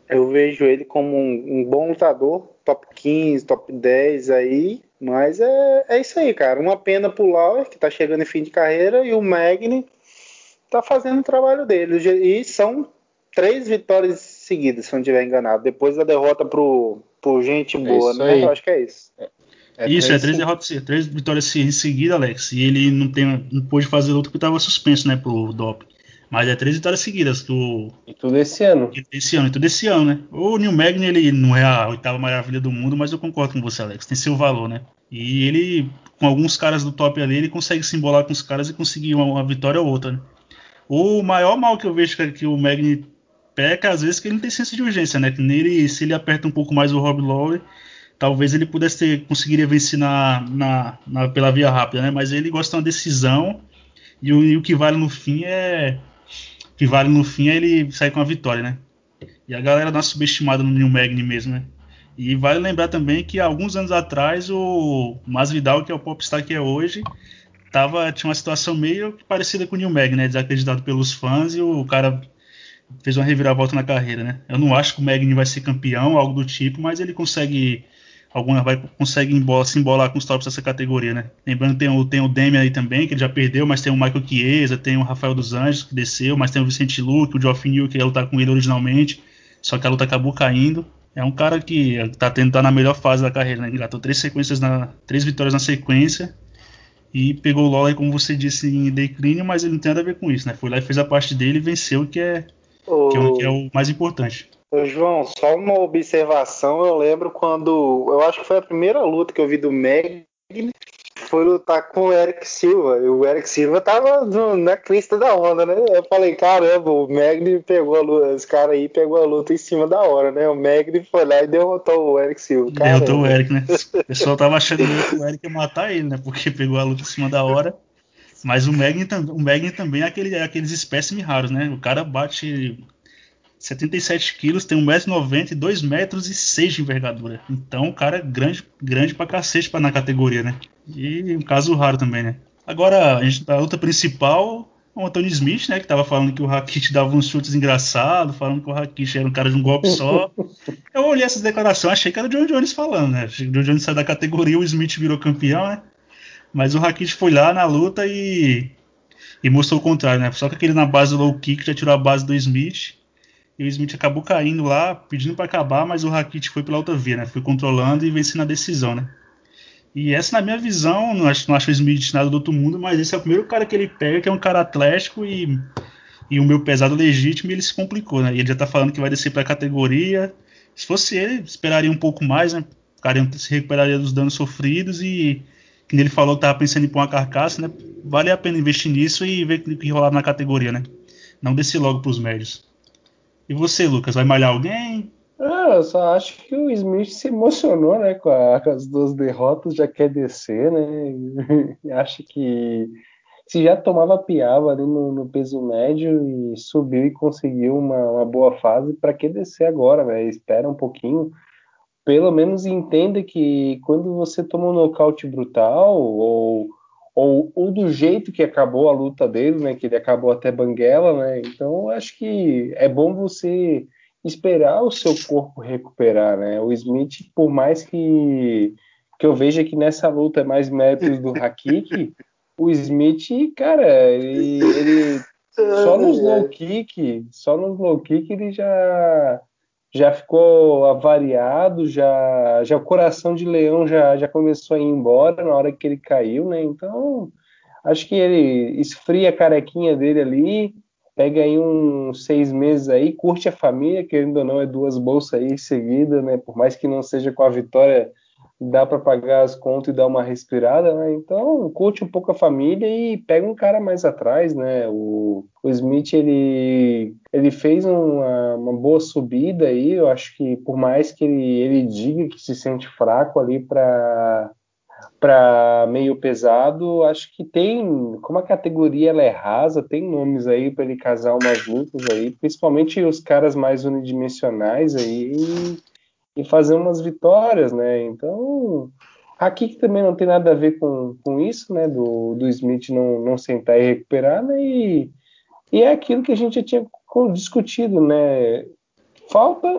Eu vejo ele como um bom lutador, top 15, top 10 aí, mas é isso aí, cara. Uma pena pro Lawler, que tá chegando em fim de carreira, e o Magny tá fazendo o trabalho dele. E são 3 vitórias seguidas, se eu não estiver enganado. Depois da derrota pro gente boa, isso né? aí. Eu acho que é isso. Isso, é 3 derrotas, 3 vitórias em seguida, Alex. E ele não pôde fazer luta porque estava suspenso, né, pro doping. Mas é 3 vitórias seguidas E tudo esse ano. esse ano, e tudo esse ano, né? O Neil Magny, ele não é a 8ª maravilha do mundo, mas eu concordo com você, Alex. Tem seu valor, né? E ele, com alguns caras do top ali, ele consegue se embolar com os caras e conseguir uma vitória ou outra, né? O maior mal que eu vejo que o Magny peca, às vezes, é que ele não tem senso de urgência, né? Que nele, se ele aperta um pouco mais o Rob Lawler, talvez ele conseguiria vencer pela via rápida, né? Mas ele gosta de uma decisão e o que vale no fim é ele sair com a vitória, né? E a galera dá uma subestimada no Neil Magny mesmo, né? E vale lembrar também que há alguns anos atrás o Masvidal, que é o popstar que é hoje, tinha uma situação meio parecida com o Neil Magny, né? Desacreditado pelos fãs, e o cara fez uma reviravolta na carreira, né? Eu não acho que o Magny vai ser campeão, algo do tipo, mas ele consegue se embolar com os tops dessa categoria, né? Lembrando que tem o Demian aí também, que ele já perdeu, mas tem o Michael Chiesa, tem o Rafael dos Anjos, que desceu, mas tem o Vicente Luque, o Geoff Neal, que ia lutar com ele originalmente, só que a luta acabou caindo. É um cara que tá na melhor fase da carreira, né? Engatou 3 vitórias na sequência e pegou o Lawler, como você disse, em declínio, mas ele não tem nada a ver com isso, né? Foi lá e fez a parte dele e venceu, que é o mais importante. Ô, João, só uma observação. Eu lembro quando. Eu acho que foi a primeira luta que eu vi do Magny. Foi lutar com o Eric Silva. E o Eric Silva tava na crista da onda, né? Eu falei, caramba, o Magny pegou a luta. Esse cara aí pegou a luta em cima da hora, né? O Magny foi lá e derrotou o Eric Silva. Derrotou o Caramba. Eric, né? O pessoal tava achando mesmo que o Eric ia matar ele, né? Porque pegou a luta em cima da hora. Mas o Magny também é aqueles espécimes raros, né? O cara bate 77 quilos, tem 1,90 m e 2,06 m de envergadura. Então o cara é grande pra cacete na categoria, né? E um caso raro também, né? Agora, a luta principal, o Anthony Smith, né? Que tava falando que o Rakic dava uns chutes engraçados, falando que o Rakic era um cara de um golpe só. Eu olhei essas declarações, achei que era o John Jones falando, né? Achei que o John Jones saiu da categoria, o Smith virou campeão, né? Mas o Rakic foi lá na luta e mostrou o contrário, né? Só que aquele na base do low kick já tirou a base do Smith. E o Smith acabou caindo lá, pedindo para acabar, mas o Rakic foi pela outra via, né? Foi controlando e vencendo a decisão, né? E essa, na minha visão, não acho o Smith nada do outro mundo, mas esse é o primeiro cara que ele pega, que é um cara atlético e o meu pesado legítimo, e ele se complicou, né? E ele já tá falando que vai descer pra categoria. Se fosse ele, esperaria um pouco mais, né? O cara se recuperaria dos danos sofridos e que ele falou que tava pensando em pôr uma carcaça, né? Vale a pena investir nisso e ver o que rolava na categoria, né? Não descer logo pros médios. E você, Lucas, vai malhar alguém? Eu só acho que o Smith se emocionou, né, com as 2 derrotas, já quer descer, né? E acho que se já tomava piaba ali no peso médio e subiu e conseguiu uma boa fase, para que descer agora, né? Espera um pouquinho, pelo menos entenda que quando você toma um nocaute brutal, ou do jeito que acabou a luta dele, né, que ele acabou até banguela, né, então acho que é bom você esperar o seu corpo recuperar, né, o Smith, por mais que eu veja que nessa luta é mais méritos do Hakik, o Smith, cara, ele só no low kick ele já ficou avariado, já o coração de leão já começou a ir embora na hora que ele caiu, né? Então, acho que ele esfria a carequinha dele ali, pega aí uns 6 meses aí, curte a família, querendo ou não, é 2 bolsas aí em seguida, né? Por mais que não seja com a vitória, dá para pagar as contas e dar uma respirada, né? Então, curte um pouco a família e pega um cara mais atrás, né? O Smith, ele fez uma boa subida aí, eu acho que por mais que ele diga que se sente fraco ali para meio pesado, acho que tem, como a categoria ela é rasa, tem nomes aí para ele casar umas lutas aí, principalmente os caras mais unidimensionais aí, e fazer umas vitórias, né? Então, aqui que também não tem nada a ver com isso, né? Do Smith não sentar e recuperar, né? E é aquilo que a gente já tinha discutido, né? Falta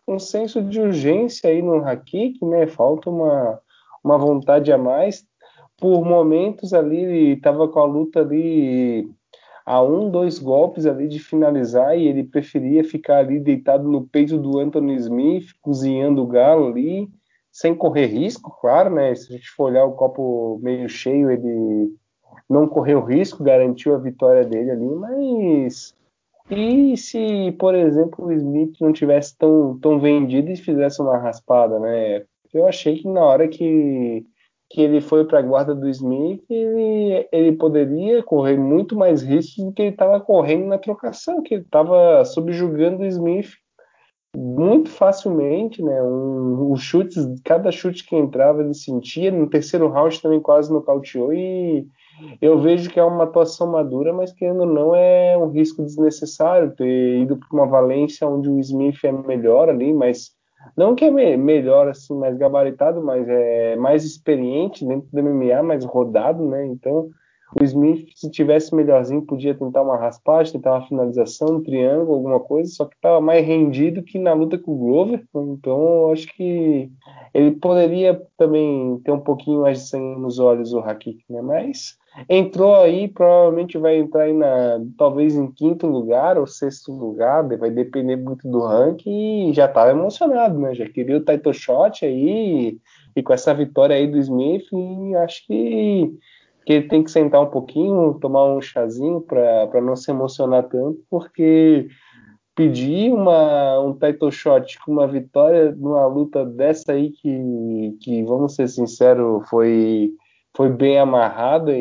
um senso de urgência aí no Hakik, né? Falta uma vontade a mais. Por momentos ali, ele estava com a luta ali a 1, 2 golpes ali de finalizar e ele preferia ficar ali deitado no peito do Anthony Smith, cozinhando o galo ali, sem correr risco, claro, né? Se a gente for olhar o copo meio cheio, ele não correu risco, garantiu a vitória dele ali, mas e se, por exemplo, o Smith não tivesse tão vendido e fizesse uma raspada, né? Eu achei que na hora que ele foi para a guarda do Smith, ele poderia correr muito mais riscos do que ele estava correndo na trocação, que ele estava subjugando o Smith muito facilmente, né? Os chutes, cada chute que entrava ele sentia. No terceiro round também quase nocauteou e eu vejo que é uma atuação madura, mas querendo ou não é um risco desnecessário ter ido para uma Valência onde o Smith é melhor ali, mas não que é melhor assim, mais gabaritado, mas é mais experiente dentro do MMA, mais rodado, né? Então o Smith, se tivesse melhorzinho, podia tentar uma raspagem, tentar uma finalização, um triângulo, alguma coisa, só que estava mais rendido que na luta com o Glover. Então, eu acho que ele poderia também ter um pouquinho mais de sangue nos olhos, o Hakik, né? Mas entrou aí, provavelmente vai entrar aí talvez em quinto lugar ou sexto lugar, vai depender muito do ranking, e já estava emocionado, né? Já queria o title shot aí, e com essa vitória aí do Smith, acho que ele tem que sentar um pouquinho, tomar um chazinho para não se emocionar tanto, porque pedir um title shot com uma vitória numa luta dessa aí que vamos ser sinceros, foi bem amarrada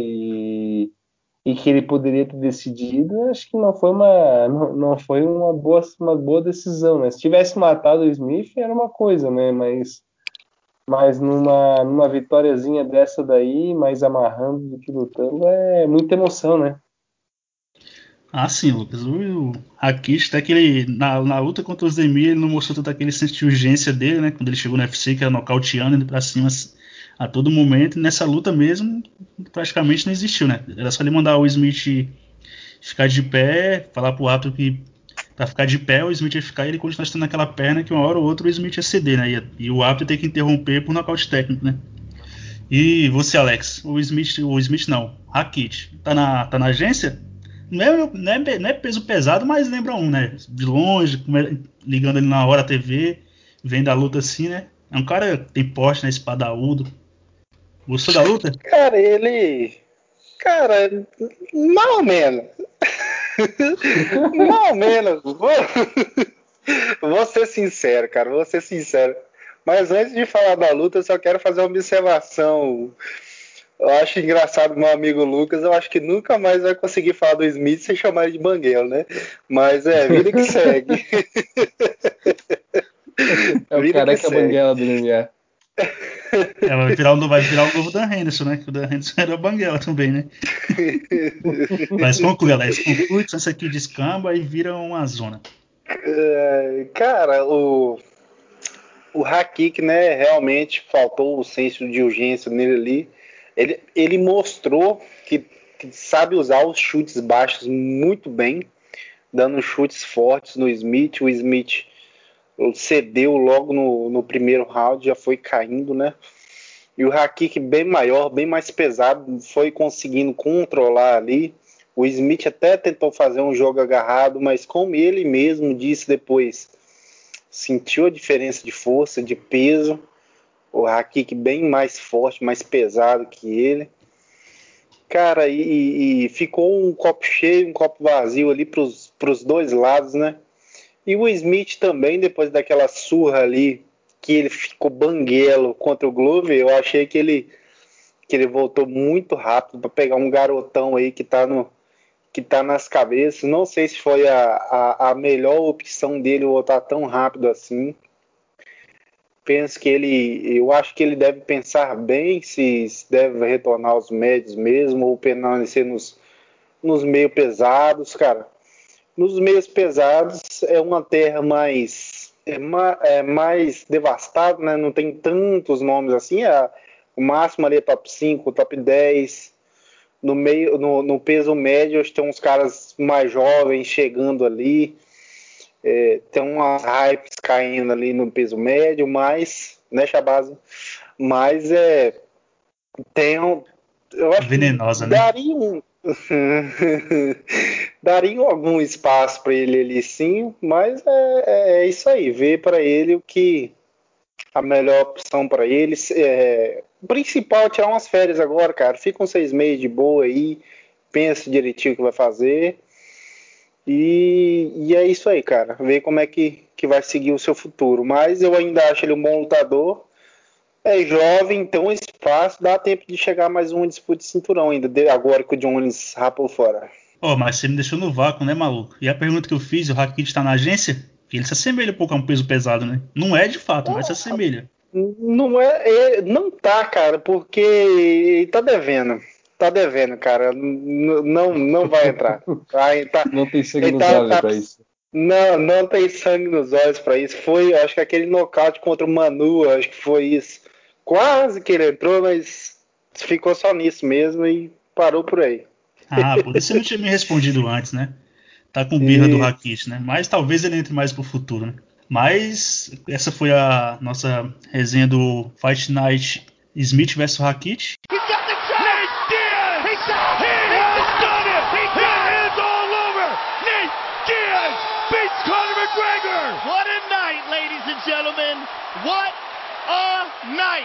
e que ele poderia ter decidido, acho que não foi uma boa decisão, né? Se tivesse matado o Smith era uma coisa, né? Mas numa vitóriazinha dessa daí, mais amarrando do que lutando, é muita emoção, né? Ah, sim, Lucas. O Rakic, até que ele, na luta contra o Zemir, ele não mostrou tanto aquele senso de urgência dele, né? Quando ele chegou no UFC, que era nocauteando, indo pra cima a todo momento. E nessa luta mesmo, praticamente não existiu, né? Era só ele mandar o Smith ficar de pé, falar pro árbitro que pra ficar de pé, o Smith ia ficar e ele continuar estando naquela perna que uma hora ou outra o Smith ia ceder, né? E o árbitro ia ter que interromper por nocaute técnico, né? E você, Alex, o Smith não, Rakic, tá na agência? Não é peso pesado, mas lembra um, né? De longe, ligando ele na hora a TV, vendo a luta assim, né? É um cara que tem porte, né? Espadaúdo. Gostou da luta? Cara, Cara, mal ou menos. Mal ou menos. Vou ser sincero, cara, vou ser sincero. Mas antes de falar da luta, eu só quero fazer uma observação. Eu acho engraçado meu amigo Lucas, eu acho que nunca mais vai conseguir falar do Smith sem chamar ele de Banguela, né? Mas vida que segue. É o Vida que careca segue. banguela do MMA. Vai virar o novo Dan Henderson, né? Que o Dan Henderson era banguela também, né? Mas conclui, Alex. Conclui que isso aqui descamba e vira uma zona. Cara, o Hakik, né, realmente faltou o senso de urgência nele ali. Ele mostrou que sabe usar os chutes baixos muito bem, dando chutes fortes no Smith. O Smith cedeu logo no primeiro round, já foi caindo, né? E o Hakik bem maior, bem mais pesado, foi conseguindo controlar ali. O Smith até tentou fazer um jogo agarrado, mas como ele mesmo disse depois, sentiu a diferença de força, de peso. O Hakik bem mais forte, mais pesado que ele. Cara, e ficou um copo cheio, um copo vazio ali para os dois lados, né? E o Smith também, depois daquela surra ali, que ele ficou banguelo contra o Glover, eu achei que ele voltou muito rápido para pegar um garotão aí que tá nas cabeças. Não sei se foi a melhor opção dele voltar tão rápido assim. Eu acho que ele deve pensar bem se deve retornar aos médios mesmo ou permanecer nos meio pesados, cara. Nos meios pesados é uma terra mais devastada, né? Não tem tantos nomes assim. O máximo ali é top 5, top 10. No peso médio tem uns caras mais jovens chegando ali. Tem umas hypes caindo ali no peso médio, mas, né, Shabazz? Mas eu acho Venenosa, que né? daria algum espaço para ele ali sim, mas é isso aí, ver para ele o que a melhor opção para ele. O principal é tirar umas férias agora, cara. Fica uns 6 meses de boa aí, pensa direitinho o que vai fazer. E é isso aí, cara. Ver como é que vai seguir o seu futuro. Mas eu ainda acho ele um bom lutador. É jovem, então espaço, dá tempo de chegar mais uma disputa de cinturão ainda, agora que o Jones rapou fora. Mas você me deixou no vácuo, né, maluco? E a pergunta que eu fiz, o Rakit tá na agência? Ele se assemelha um pouco a um peso pesado, né? Não é de fato, mas se assemelha. Não tá, cara, porque ele tá devendo. Tá devendo, cara. Não vai entrar. Não tem sangue nos olhos pra isso. Não tem sangue nos olhos pra isso. Foi, acho que aquele nocaute contra o Manu, acho que foi isso. Quase que ele entrou, mas ficou só nisso mesmo e parou por aí. Por isso você não tinha me respondido antes, né? Tá com birra do E Rakit, né? Mas talvez ele entre mais pro futuro, né? Mas essa foi a nossa resenha do Fight Night Smith vs Rakit. What a night, ladies and gentlemen. What a night.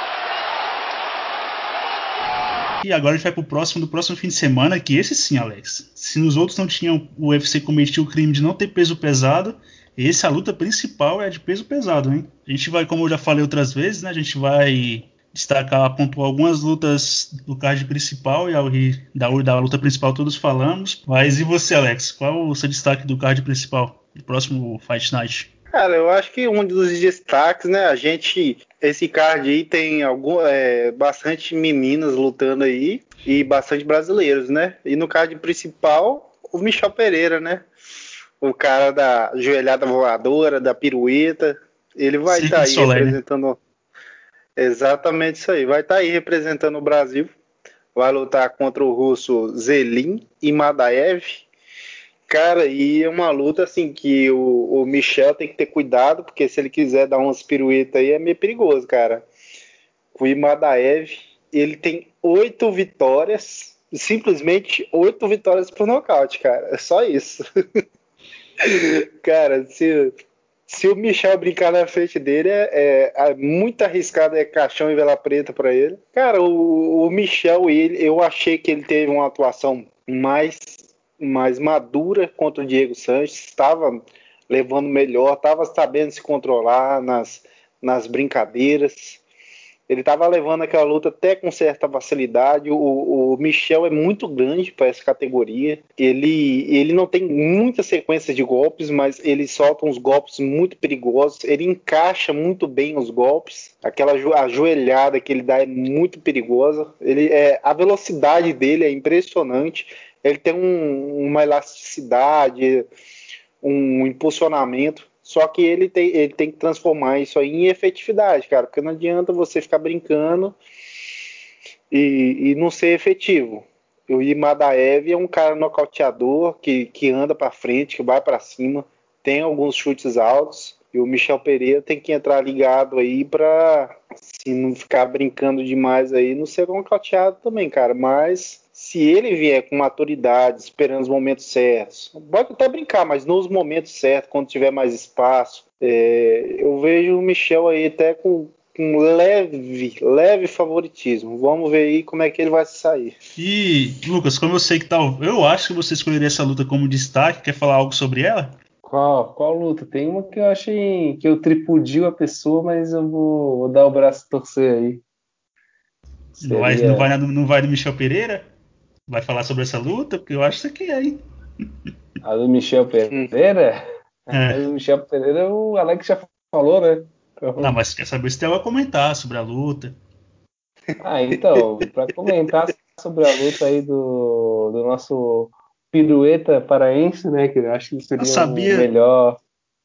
E agora a gente vai pro próximo fim de semana, que esse sim, Alex. Se nos outros não tinham, o UFC cometia o crime de não ter peso pesado, esse a luta principal é a de peso pesado, hein? A gente vai, como eu já falei outras vezes, né? A gente vai destacar, pontuar algumas lutas do card principal e da luta principal todos falamos. Mas e você, Alex? Qual o seu destaque do card principal do próximo Fight Night? Cara, eu acho que um dos destaques, né? Esse card aí tem bastante meninas lutando aí e bastante brasileiros, né? E no card principal, o Michel Pereira, né? O cara da joelhada voadora, da pirueta. Ele vai Cirque estar du aí Soleil, né? representando. Exatamente isso aí. Vai estar aí representando o Brasil. Vai lutar contra o russo Zelin Imadaev. Cara, e é uma luta assim que o Michel tem que ter cuidado, porque se ele quiser dar umas piruetas aí é meio perigoso, cara. O Imadaev, ele tem 8 vitórias, simplesmente 8 vitórias por nocaute, cara. É só isso. Cara, se o Michel brincar na frente dele, é muito arriscado, é caixão e vela preta pra ele. Cara, o Michel, eu achei que ele teve uma atuação mais madura contra o Diego Sanches, estava levando melhor, estava sabendo se controlar nas brincadeiras. Ele estava levando aquela luta até com certa facilidade. O Michel é muito grande para essa categoria. Ele não tem muita sequência de golpes, mas ele solta uns golpes muito perigosos. Ele encaixa muito bem os golpes. Aquela ajoelhada que ele dá é muito perigosa. A velocidade dele é impressionante. Ele tem uma elasticidade, um impulsionamento. Só que ele tem que transformar isso aí em efetividade, cara. Porque não adianta você ficar brincando e não ser efetivo. O Imadaev é um cara nocauteador que anda para frente, que vai para cima, tem alguns chutes altos. E o Michel Pereira tem que entrar ligado aí para, se não ficar brincando demais aí, não ser nocauteado também, cara. Mas se ele vier com maturidade, esperando os momentos certos, pode até brincar, mas nos momentos certos, quando tiver mais espaço, eu vejo o Michel aí até com leve favoritismo. Vamos ver aí como é que ele vai sair. E, Lucas, como eu sei que eu acho que você escolheria essa luta como destaque, quer falar algo sobre ela? Qual luta? Tem uma que eu achei que eu tripudio a pessoa, mas eu vou dar o braço a torcer aí. Seria Não vai no Michel Pereira? Vai falar sobre essa luta? Porque eu acho que você quer, hein? a do Michel Pereira. A É. do Michel Pereira, o Alex já falou, né? Não, Então, mas quer saber se tem algo a comentar sobre a luta. então, para comentar sobre a luta aí do nosso pirueta paraense, né? Que eu acho que Eu seria o sabia. melhor.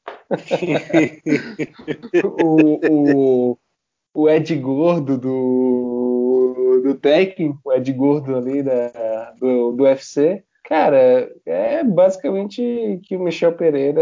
o, o Ed Gordo do Tekken, o Ed Gordo ali do UFC. Cara, é basicamente que o Michel Pereira,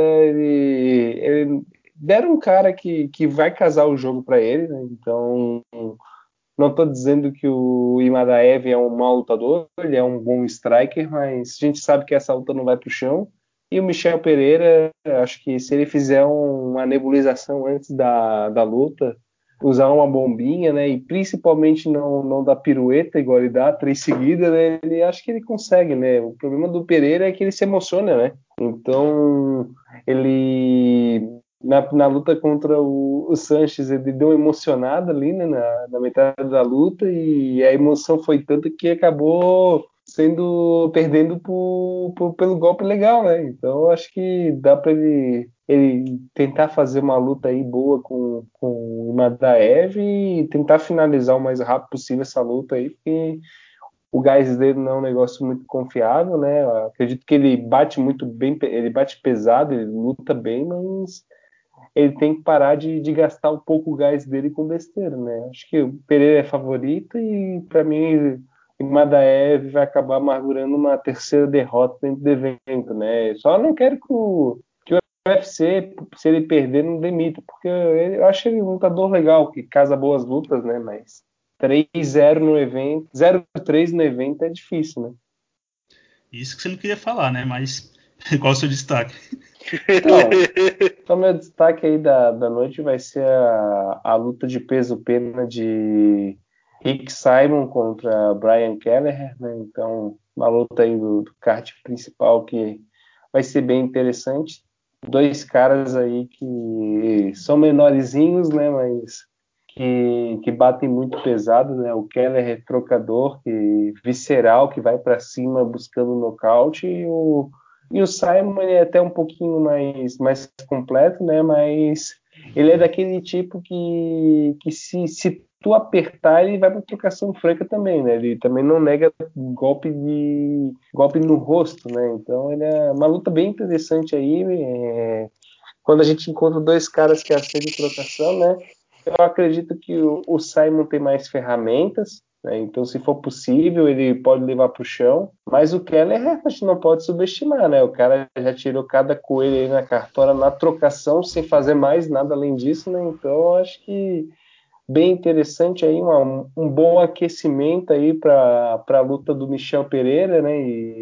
ele deram um cara que vai casar o jogo para ele, né? Então, não estou dizendo que o Imadaev é um mau lutador, ele é um bom striker, mas a gente sabe que essa luta não vai pro chão. E o Michel Pereira, acho que se ele fizer uma nebulização antes da luta, usar uma bombinha, né, e principalmente não dar pirueta igual ele dá, 3 seguidas, né, ele acho que ele consegue, né. O problema do Pereira é que ele se emociona, né. Então, ele na luta contra o Sanches, ele deu uma emocionada ali, né, na metade da luta, e a emoção foi tanta que acabou perdendo pelo golpe legal, né? Então eu acho que dá para ele tentar fazer uma luta aí boa com o Imadaev e tentar finalizar o mais rápido possível essa luta aí, porque o gás dele não é um negócio muito confiável, né? Eu acredito que ele bate muito bem, ele bate pesado, ele luta bem, mas ele tem que parar de gastar um pouco o gás dele com besteira, né? Acho que o Pereira é favorito e, para mim, o Madaev vai acabar amargurando uma terceira derrota dentro do evento, né? Só não quero que o UFC, se ele perder, não demita, porque eu acho ele um lutador legal, que casa boas lutas, né? Mas 3-0 no evento, 0-3 no evento é difícil, né? Isso que você não queria falar, né? Mas qual o seu destaque? Então meu destaque aí da noite vai ser a luta de peso-pena de Rick Simon contra Brian Kelleher, né? Então, uma luta aí do card principal que vai ser bem interessante. Dois caras aí que são menorzinhos, né? Mas que batem muito pesado, né? O Kelleher é trocador, visceral, que vai para cima buscando nocaute, e o Simon ele é até um pouquinho mais completo, né? Mas ele é daquele tipo que se tu apertar, ele vai para trocação franca também, né? Ele também não nega golpe no rosto, né? Então ele é uma luta bem interessante aí. Quando a gente encontra dois caras que aceitam trocação, né? Eu acredito que o Simon tem mais ferramentas, né? Então, se for possível, ele pode levar para o chão. Mas o Keller a gente não pode subestimar, né? O cara já tirou cada coelho aí na cartola na trocação, sem fazer mais nada além disso, né? Então, eu acho que bem interessante aí, um bom aquecimento aí para a luta do Michel Pereira, né?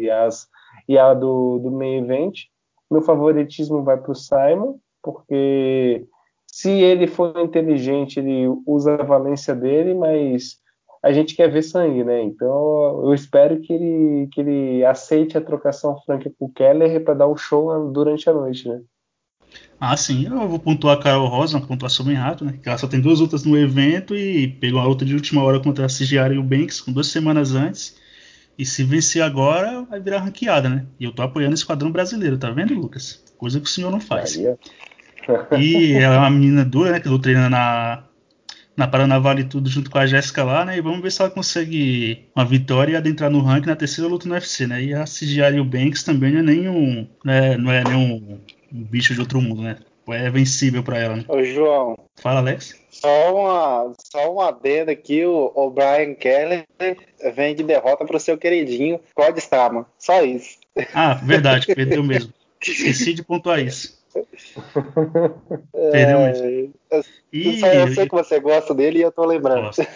E a do main event. Meu favoritismo vai para o Simon, porque se ele for inteligente, ele usa a valência dele, mas a gente quer ver sangue, né? Então eu espero que ele aceite a trocação franca com o Keller para dar um show durante a noite, né? Ah, sim, eu vou pontuar a Carol Rosa, uma pontuação bem rápida, né? Que ela só tem 2 lutas no evento e pegou uma luta de última hora contra a Cigiara e o Banks, com 2 semanas antes. E se vencer agora, vai virar ranqueada, né? E eu tô apoiando o Esquadrão Brasileiro, tá vendo, Lucas? Coisa que o senhor não faz. Aí, E ela é uma menina dura, né? Que eu treino na Paraná Vale Tudo junto com a Jéssica lá, né? E vamos ver se ela consegue uma vitória e adentrar no ranking na terceira luta no UFC, né? E a Cigiara e o Banks também não é nenhum, né? Não é nenhum um bicho de outro mundo, né? É vencível pra ela, né? Ô, João, Fala, Alex. só uma adenda aqui, o Brian Kelly vem de derrota pro seu queridinho Cody Stamann. Só isso. Ah, verdade, perdeu mesmo. Esqueci de pontuar isso. Perdeu mesmo. Eu sei E que você gosta dele e eu tô lembrando. gosto.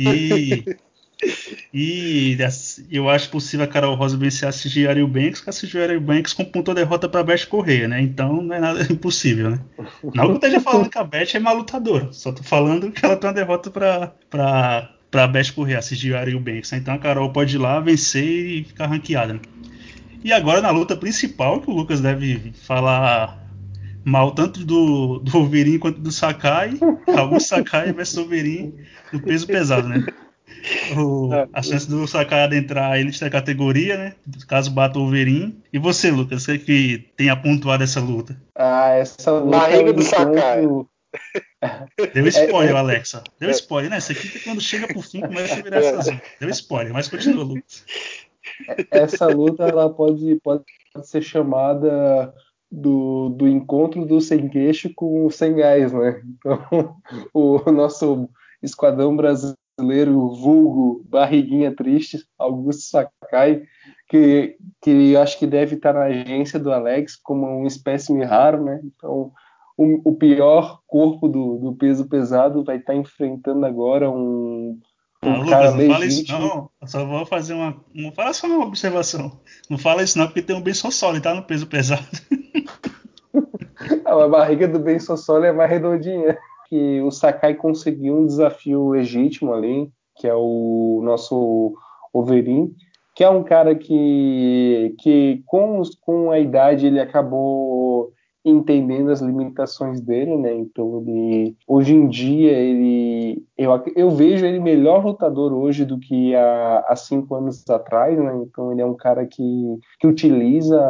E eu acho possível a Carol Rosa vencer a Cigiara Banks, porque a Cigiara Banks computou a derrota para a Beth Correia, né? Então não é nada impossível, né? Não que eu esteja falando que a Beth é má lutadora, só tô falando que ela tem uma derrota para a Beth Correia, a Cigiara Banks, né? Então a Carol pode ir lá vencer e ficar ranqueada, né? E agora na luta principal, que o Lucas deve falar mal tanto do Wolverine quanto do Sakai, Raul Sakai versus Wolverine no peso pesado, né? A chance do Sakai adentrar a elite da categoria, né? Caso bata o Wolverine. E você, Lucas, você que tem pontuado essa luta? Essa luta é Barriga um do Sakai. encontro. Deu spoiler, Alexa. Deu spoiler, né? Isso aqui quando chega pro fim começa a virar essas lutas. Deu spoiler, mas continua, Lucas. Essa luta ela pode ser chamada do encontro do sem queixo com o sem gás, né? Então, o nosso esquadrão brasileiro brasileiro, vulgo, barriguinha triste, Augusto Sakai, que eu acho que deve estar na agência do Alex como um espécime raro, né? Então, o pior corpo do peso pesado vai estar enfrentando agora um cara Lucas, não fala isso legítimo. não. Eu só vou fazer fala só uma observação. Não fala isso não, porque tem um Ben Sossoli, tá no peso pesado. A barriga do Ben Sossoli é mais redondinha. Que o Sakai conseguiu um desafio legítimo ali, que é o nosso Overeem, que é um cara que com a idade ele acabou entendendo as limitações dele, né? Então hoje em dia eu vejo ele melhor lutador hoje do que há 5 anos atrás, né? Então ele é um cara que utiliza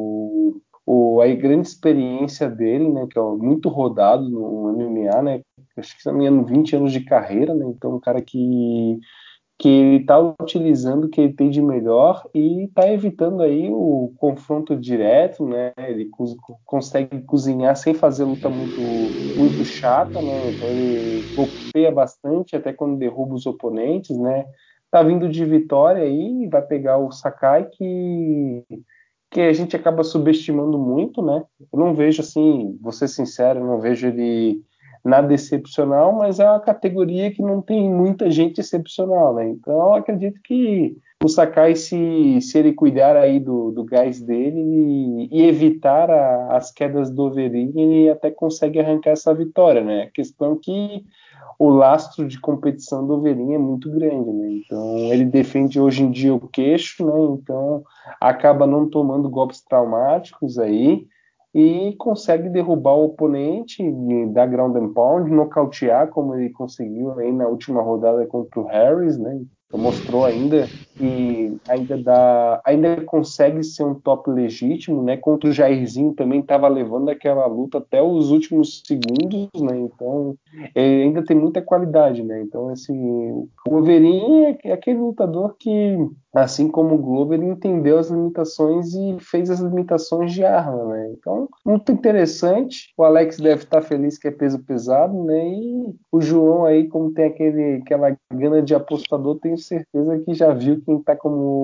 a grande experiência dele, né, que é muito rodado no MMA, né, acho que se não me engano 20 anos de carreira, né, então um cara que ele está utilizando o que ele tem de melhor e está evitando aí o confronto direto, né, ele consegue cozinhar sem fazer luta muito chata, né, então ele golpeia bastante até quando derruba os oponentes, né, tá vindo de vitória aí e vai pegar o Sakai que a gente acaba subestimando muito, né? Eu não vejo assim, vou ser sincero, eu não vejo ele nada excepcional, mas é uma categoria que não tem muita gente excepcional, né? Então eu acredito que o Sakai, se ele cuidar aí do gás dele e evitar as quedas do Overeem, ele até consegue arrancar essa vitória, né? A questão é que o lastro de competição do Overeem é muito grande, né? Então ele defende hoje em dia o queixo, né? Então acaba não tomando golpes traumáticos aí e consegue derrubar o oponente, dar ground and pound, nocautear como ele conseguiu aí na última rodada contra o Harris, né? Então, mostrou ainda que ainda consegue ser um top legítimo, né? Contra o Jairzinho também estava levando aquela luta até os últimos segundos, né? Então ele ainda tem muita qualidade, né? Então o Overeem é aquele lutador que, assim como o Glover, ele entendeu as limitações e fez as limitações de arma, né? Então, muito interessante. O Alex deve estar feliz que é peso pesado, né? E o João aí, como tem aquela gana de apostador, tenho certeza que já viu quem tá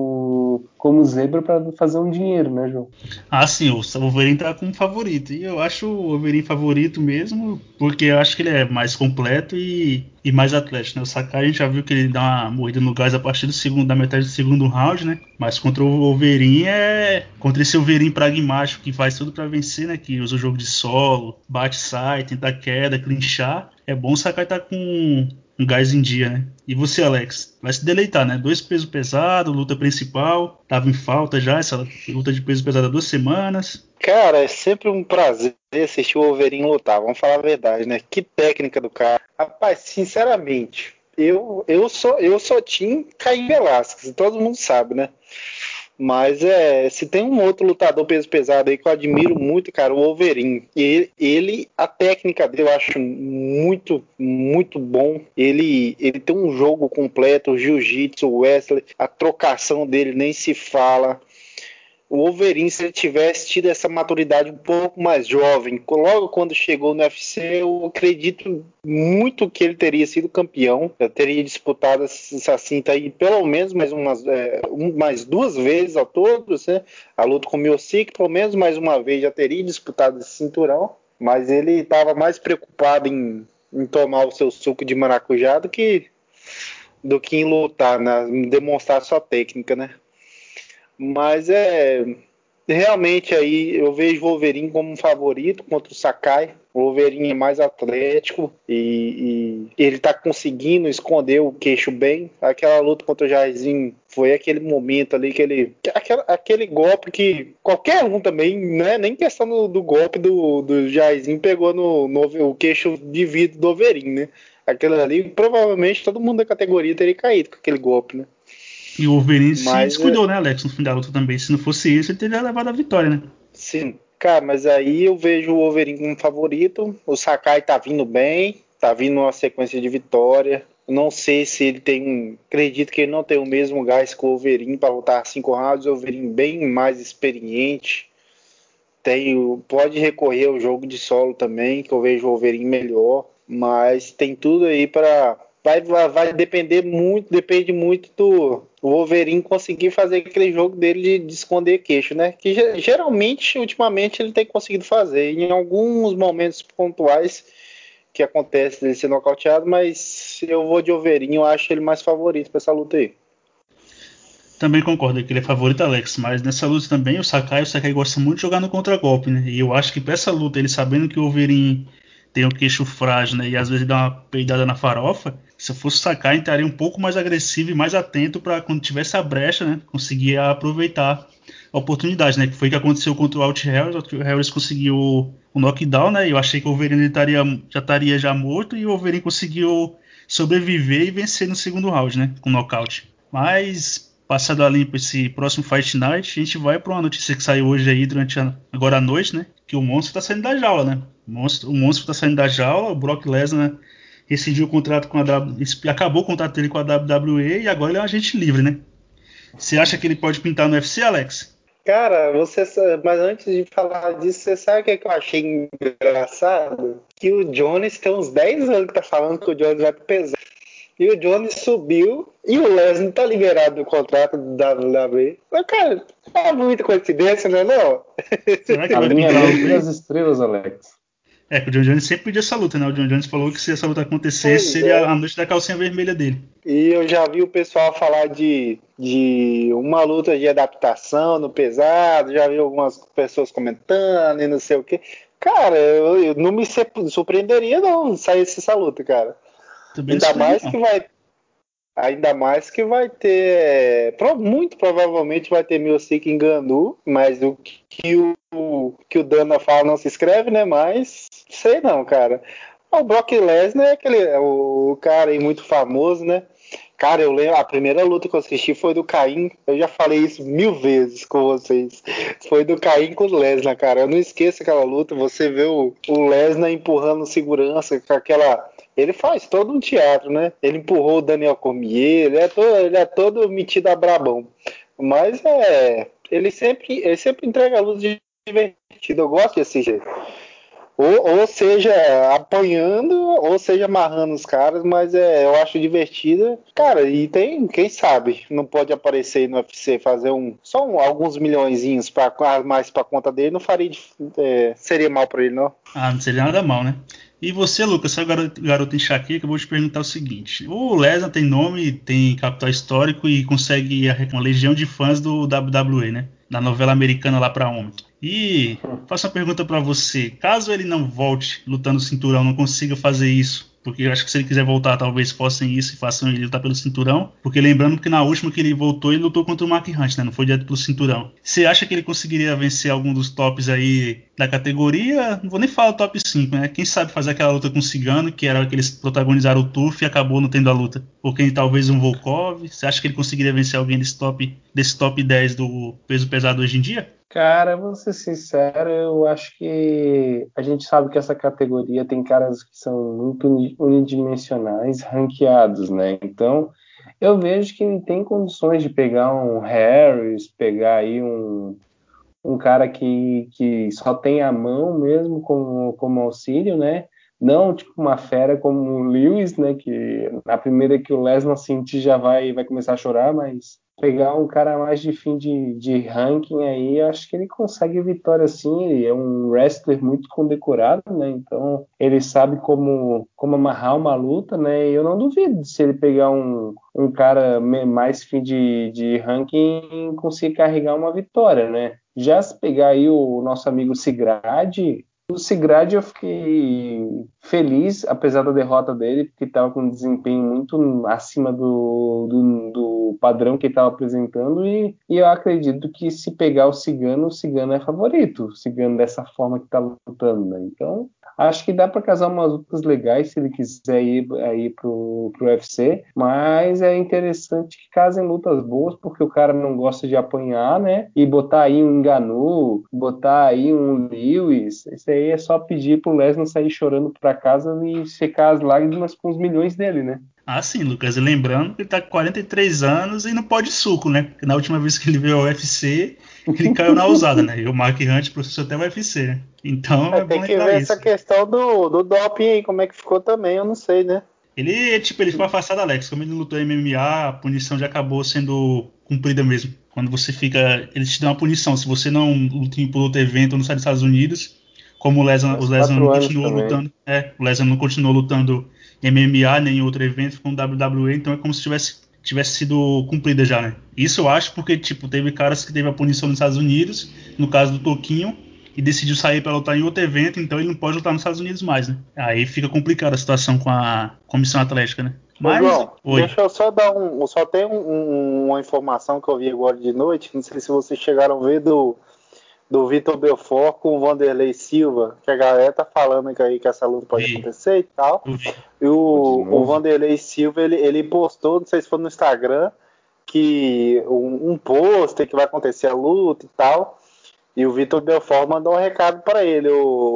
como zebra para fazer um dinheiro, né, João? Ah, sim, o Wolverine tá como favorito. E eu acho o Wolverine favorito mesmo, porque eu acho que ele é mais completo e mais atlético, né? O Sakai a gente já viu que ele dá uma morrida no gás a partir da metade do segundo round, né? Mas contra o Wolverine contra esse Wolverine pragmático que faz tudo pra vencer, né? Que usa o jogo de solo, bate, sai, tenta queda, clinchar. É bom o Sakai tá com um gás em dia, né? E você, Alex, vai se deleitar, né? 2 pesos pesados, luta principal, tava em falta já essa luta de peso pesado há 2 semanas. Cara, é sempre um prazer assistir o Wolverine lutar, vamos falar a verdade, né? Que técnica do cara. Rapaz, sinceramente, eu sou time Caim Velasquez, todo mundo sabe, né? Mas se tem um outro lutador peso pesado aí que eu admiro muito, cara, o Wolverine. A técnica dele eu acho muito, muito bom. Ele tem um jogo completo, o jiu-jitsu, o wrestling, a trocação dele nem se fala. O Wolverine, se ele tivesse tido essa maturidade um pouco mais jovem, logo quando chegou no UFC, eu acredito muito que ele teria sido campeão. Eu teria disputado essa cinta aí pelo menos mais 2 vezes ao todo, né? A luta com o Miocic, pelo menos mais uma vez já teria disputado esse cinturão. Mas ele estava mais preocupado em tomar o seu suco de maracujá do que em lutar, né? Em demonstrar sua técnica, né? Mas realmente aí eu vejo o Wolverine como um favorito contra o Sakai. O Wolverine é mais atlético e ele tá conseguindo esconder o queixo bem. Aquela luta contra o Jairzinho foi aquele momento ali aquele golpe que qualquer um também, né? Nem questão do golpe do Jairzinho pegou no queixo de vidro do Wolverine, né? Aquilo ali, provavelmente todo mundo da categoria teria caído com aquele golpe, né? E o Wolverine se Mas descuidou, né, Alex, no fim da luta também. Se não fosse isso, ele teria levado a vitória, né? sim, cara, mas aí eu vejo o Wolverine como favorito. O Sakai tá vindo bem, tá vindo uma sequência de vitória. Não sei se ele tem. Acredito que ele não tem o mesmo gás que o Wolverine para lutar 5 rounds. O Wolverine bem mais experiente. Pode recorrer ao jogo de solo também, que eu vejo o Wolverine melhor. Mas tem tudo aí para vai depende muito do Wolverine conseguir fazer aquele jogo dele de esconder queixo, né? Que geralmente, ultimamente, ele tem conseguido fazer. Em alguns momentos pontuais que acontece dele ser nocauteado, mas eu vou de Wolverine, eu acho ele mais favorito para essa luta aí. Também concordo que ele é favorito, Alex, mas nessa luta também o Sakai gosta muito de jogar no contragolpe, né? E eu acho que pra essa luta, ele sabendo que o Wolverine tem um queixo frágil, né? E às vezes dá uma peidada na farofa, se eu fosse o Sakai, estaria um pouco mais agressivo e mais atento para quando tivesse a brecha, né? Conseguir aproveitar a oportunidade, né? Que foi o que aconteceu contra o Alt Harris. O Alt Harris conseguiu o knockdown, né? E eu achei que o Wolverine já estaria morto e o Wolverine conseguiu sobreviver e vencer no segundo round, né? Com nocaute. Mas passado a limpo esse próximo Fight Night, a gente vai para uma notícia que saiu hoje aí agora à noite, né? Que o monstro tá saindo da jaula, né? O monstro tá saindo da jaula, o Brock Lesnar rescindiu o contrato com acabou o contrato dele com a WWE e agora ele é um agente livre, né? Você acha que ele pode pintar no UFC, Alex? Cara, mas antes de falar disso, você sabe o que eu achei engraçado? Que o Jones tem uns 10 anos que tá falando que o Jones vai pro pesado. E o Jones subiu e o Lesnar tá liberado do contrato do WWE. Mas, cara, é muita coincidência, né? Não? Será que ele vai pintar a Alinhamento luta das aí? estrelas, Alex. É que o John Jones sempre pediu essa luta, né? O John Jones falou que se essa luta acontecesse, Pois seria é. a noite da calcinha vermelha dele. E eu já vi o pessoal falar de uma luta de adaptação no pesado, já vi algumas pessoas comentando e não sei o que. Cara, eu não me surpreenderia não saísse essa luta, cara. Também não Ainda surpreende, mais não. que vai, ainda mais que vai ter, muito provavelmente vai ter Miocic e Ngannou, mas o que o Dana fala não se escreve, né? Mas sei não, cara. O Brock Lesnar o cara aí muito famoso, né? Cara, eu lembro, a primeira luta que eu assisti foi do Caim. Eu já falei isso 1000 vezes com vocês. Foi do Caim com o Lesnar, cara. Eu não esqueço aquela luta. Você vê o Lesnar empurrando segurança com aquela. Ele faz todo um teatro, né? Ele empurrou o Daniel Cormier. Ele é todo metido a brabão. Mas ele sempre entrega a luta divertida. Eu gosto desse jeito. Ou seja, apanhando, ou seja, amarrando os caras, mas eu acho divertida. Cara, e tem, quem sabe, não pode aparecer aí no UFC, fazer alguns milhõezinhos mais pra conta dele, não faria, seria mal pra ele, não. Ah, não seria nada mal, né? E você, Lucas, seu garoto enxaqueca, eu vou te perguntar o seguinte. O Lesnar tem nome, tem capital histórico e consegue uma legião de fãs do WWE, né? Da novela americana lá pra homem. E faço uma pergunta pra você. Caso ele não volte lutando o cinturão, não consiga fazer isso, porque eu acho que se ele quiser voltar, talvez possam isso e façam ele lutar pelo cinturão. Porque lembrando que na última que ele voltou, ele lutou contra o Mark Hunt, né? Não foi direto pelo cinturão. Você acha que ele conseguiria vencer algum dos tops aí da categoria? Não vou nem falar top 5, né? Quem sabe fazer aquela luta com o Cigano, que era que eles protagonizaram o TUF e acabou não tendo a luta. Ou quem talvez um Volkov. Você acha que ele conseguiria vencer alguém desse top 10 do peso pesado hoje em dia? Cara, vou ser sincero, eu acho que a gente sabe que essa categoria tem caras que são muito unidimensionais, ranqueados, né? Então, eu vejo que ele tem condições de pegar um Harris, pegar aí um cara que só tem a mão mesmo como auxílio, né? Não tipo uma fera como o Lewis, né? Que na primeira que o Lesnar sentir já vai começar a chorar, mas pegar um cara mais de fim de ranking aí, acho que ele consegue vitória sim. Ele é um wrestler muito condecorado, né? Então ele sabe como amarrar uma luta, né? E eu não duvido se ele pegar um cara mais fim de ranking conseguir carregar uma vitória, né? Já se pegar aí o nosso amigo Sigrade, o Sigrade eu fiquei feliz, apesar da derrota dele, porque estava com um desempenho muito acima do padrão que ele estava apresentando, e eu acredito que se pegar o Cigano é favorito, o Cigano dessa forma que está lutando, né? Então, acho que dá para casar umas lutas legais se ele quiser ir pro UFC, mas é interessante que casem lutas boas, porque o cara não gosta de apanhar, né? E botar aí um Ngannou, botar aí um Lewis, isso aí é só pedir pro Lesnar sair chorando pra casa e secar as lágrimas com os milhões dele, né? Ah, sim, Lucas. E lembrando que ele tá com 43 anos e não pode suco, né? Porque na última vez que ele veio ao UFC, ele caiu na ousada, né? E o Mark Hunt processou até o UFC, né? Então é bom Tem que lembrar ver essa isso. questão do doping aí, como é que ficou também, eu não sei, né? Ele foi afastado, Alex. Como ele lutou MMA, a punição já acabou sendo cumprida mesmo. Quando você fica. Eles te dão uma punição. Se você não luta por outro evento ou não sai dos Estados Unidos, como o Mais Lesnar não 4 anos continuou também. lutando. O Lesnar não continuou lutando em MMA nem em outro evento com o WWE, então é como se tivesse sido cumprida já, né? Isso eu acho porque, tipo, teve caras que teve a punição nos Estados Unidos, no caso do Toquinho, e decidiu sair para lutar em outro evento, então ele não pode lutar nos Estados Unidos mais, né? Aí fica complicada a situação com a comissão atlética, né? Ô, Mas, João, oi. deixa eu só dar só tem uma informação que eu vi agora de noite. Não sei se vocês chegaram a ver do Vitor Belfort com o Vanderlei Silva, que a galera tá falando que essa luta pode Vi, acontecer e tal. eu vi. E De o novo. Vanderlei Silva, ele postou, não sei se foi no Instagram, que um pôster que vai acontecer a luta e tal. E o Vitor Belfort mandou um recado para ele,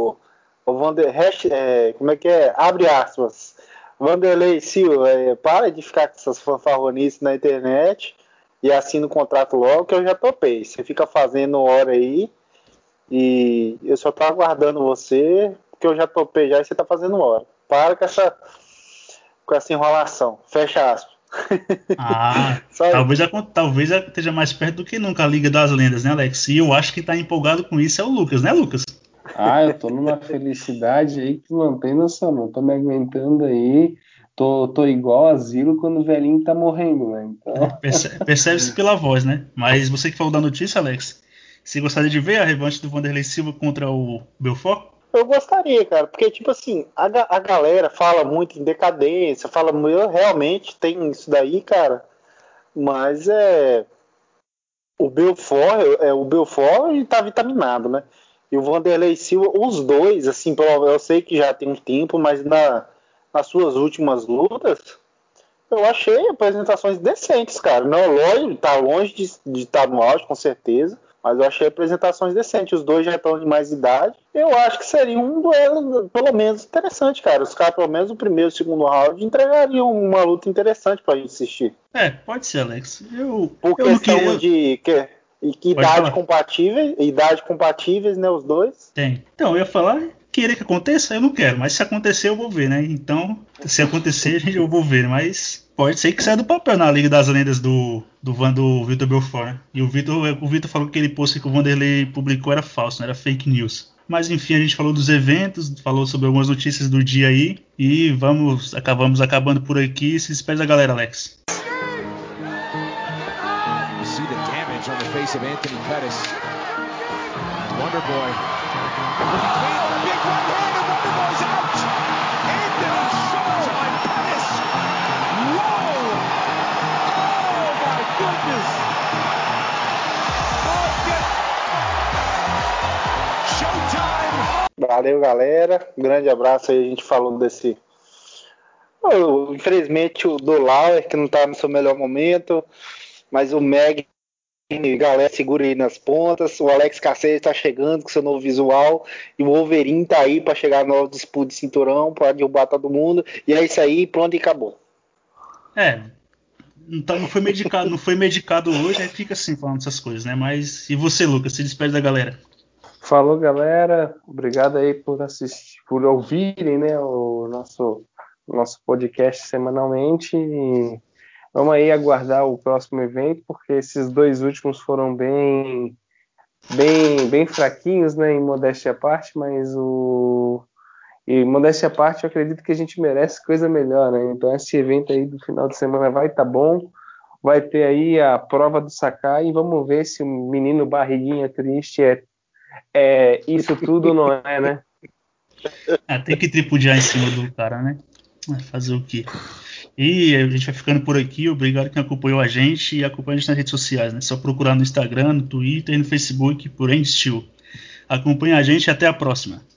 como é que é? Abre aspas. Vanderlei Silva, para de ficar com essas fanfarronices na internet e assina o contrato logo que eu já topei. Você fica fazendo hora aí e eu só tô aguardando você porque eu já topei já e você tá fazendo hora. Para com essa enrolação. Fecha aspas. Ah, Só isso. talvez esteja mais perto do que nunca a Liga das Lendas, né, Alex? E eu acho que tá empolgado com isso é o Lucas, né, Lucas? Eu tô numa felicidade aí que não tem noção, não. Tô me aguentando aí. Tô igual asilo quando o velhinho tá morrendo, né? Então, Percebe-se pela voz, né? Mas você que falou da notícia, Alex, você gostaria de ver a revanche do Vanderlei Silva contra o Belfort? Eu gostaria, cara, porque, tipo assim, a galera fala muito em decadência, realmente tem isso daí, cara, mas o Belfort ele tá vitaminado, né? E o Vanderlei Silva, os dois, assim, eu sei que já tem um tempo, mas nas suas últimas lutas, eu achei apresentações decentes, cara. Não, lógico, tá longe de estar no auge, com certeza. Mas eu achei apresentações decentes. Os dois já estão de mais idade. Eu acho que seria um duelo, pelo menos, interessante, cara. Os caras, pelo menos, o primeiro e o segundo round entregariam uma luta interessante pra gente assistir. Pode ser, Alex. Por Eu não questão queria. que Pode falar. idade compatíveis, né, os dois. Tem. Então, eu ia falar, querer que aconteça, eu não quero, mas se acontecer, eu vou ver, né? Então, se acontecer, eu vou ver, mas pode ser que saia do papel na Liga das Lendas do Vitor Belfort, né? E o Vitor falou que aquele post que o Vanderlei publicou era falso, né? Era fake news. Mas enfim, a gente falou dos eventos, falou sobre algumas notícias do dia aí e acabamos acabando por aqui. Se despede da galera, Alex. You see the damage on the face of Anthony Pettis. Wonder Boy. Looking clean on a big right hand, and Wonder Boy's out. Anthony Showtime Pettis. Whoa! Oh my goodness! Showtime! Valeu, galera. Um grande abraço aí. A gente falou desse. Infelizmente, o do Lauer, que não tá no seu melhor momento, mas o Meg. Galera, segura aí nas pontas. O Alex Caceres tá chegando com seu novo visual. E o Wolverine tá aí pra chegar no novo disputa de cinturão, pra derrubar todo mundo. E é isso aí, pronto e acabou. Não foi medicado hoje, aí fica assim falando essas coisas, né? Mas e você, Lucas? Se despede da galera. falou, galera. Obrigado aí por assistir, por ouvirem, né, o nosso podcast semanalmente. E vamos aí aguardar o próximo evento, porque esses dois últimos foram bem fraquinhos, né, em modéstia à parte, mas e modéstia à parte, eu acredito que a gente merece coisa melhor, né? Então esse evento aí do final de semana vai estar bom, vai ter aí a prova do Sakai e vamos ver se o menino barriguinha triste é isso tudo ou não é, né? Tem que tripudiar em cima do cara, né? Fazer o quê? E a gente vai ficando por aqui. Obrigado quem acompanhou a gente e acompanha a gente nas redes sociais, né? Só procurar no Instagram, no Twitter e no Facebook por Endsteel. Acompanhe a gente e até a próxima.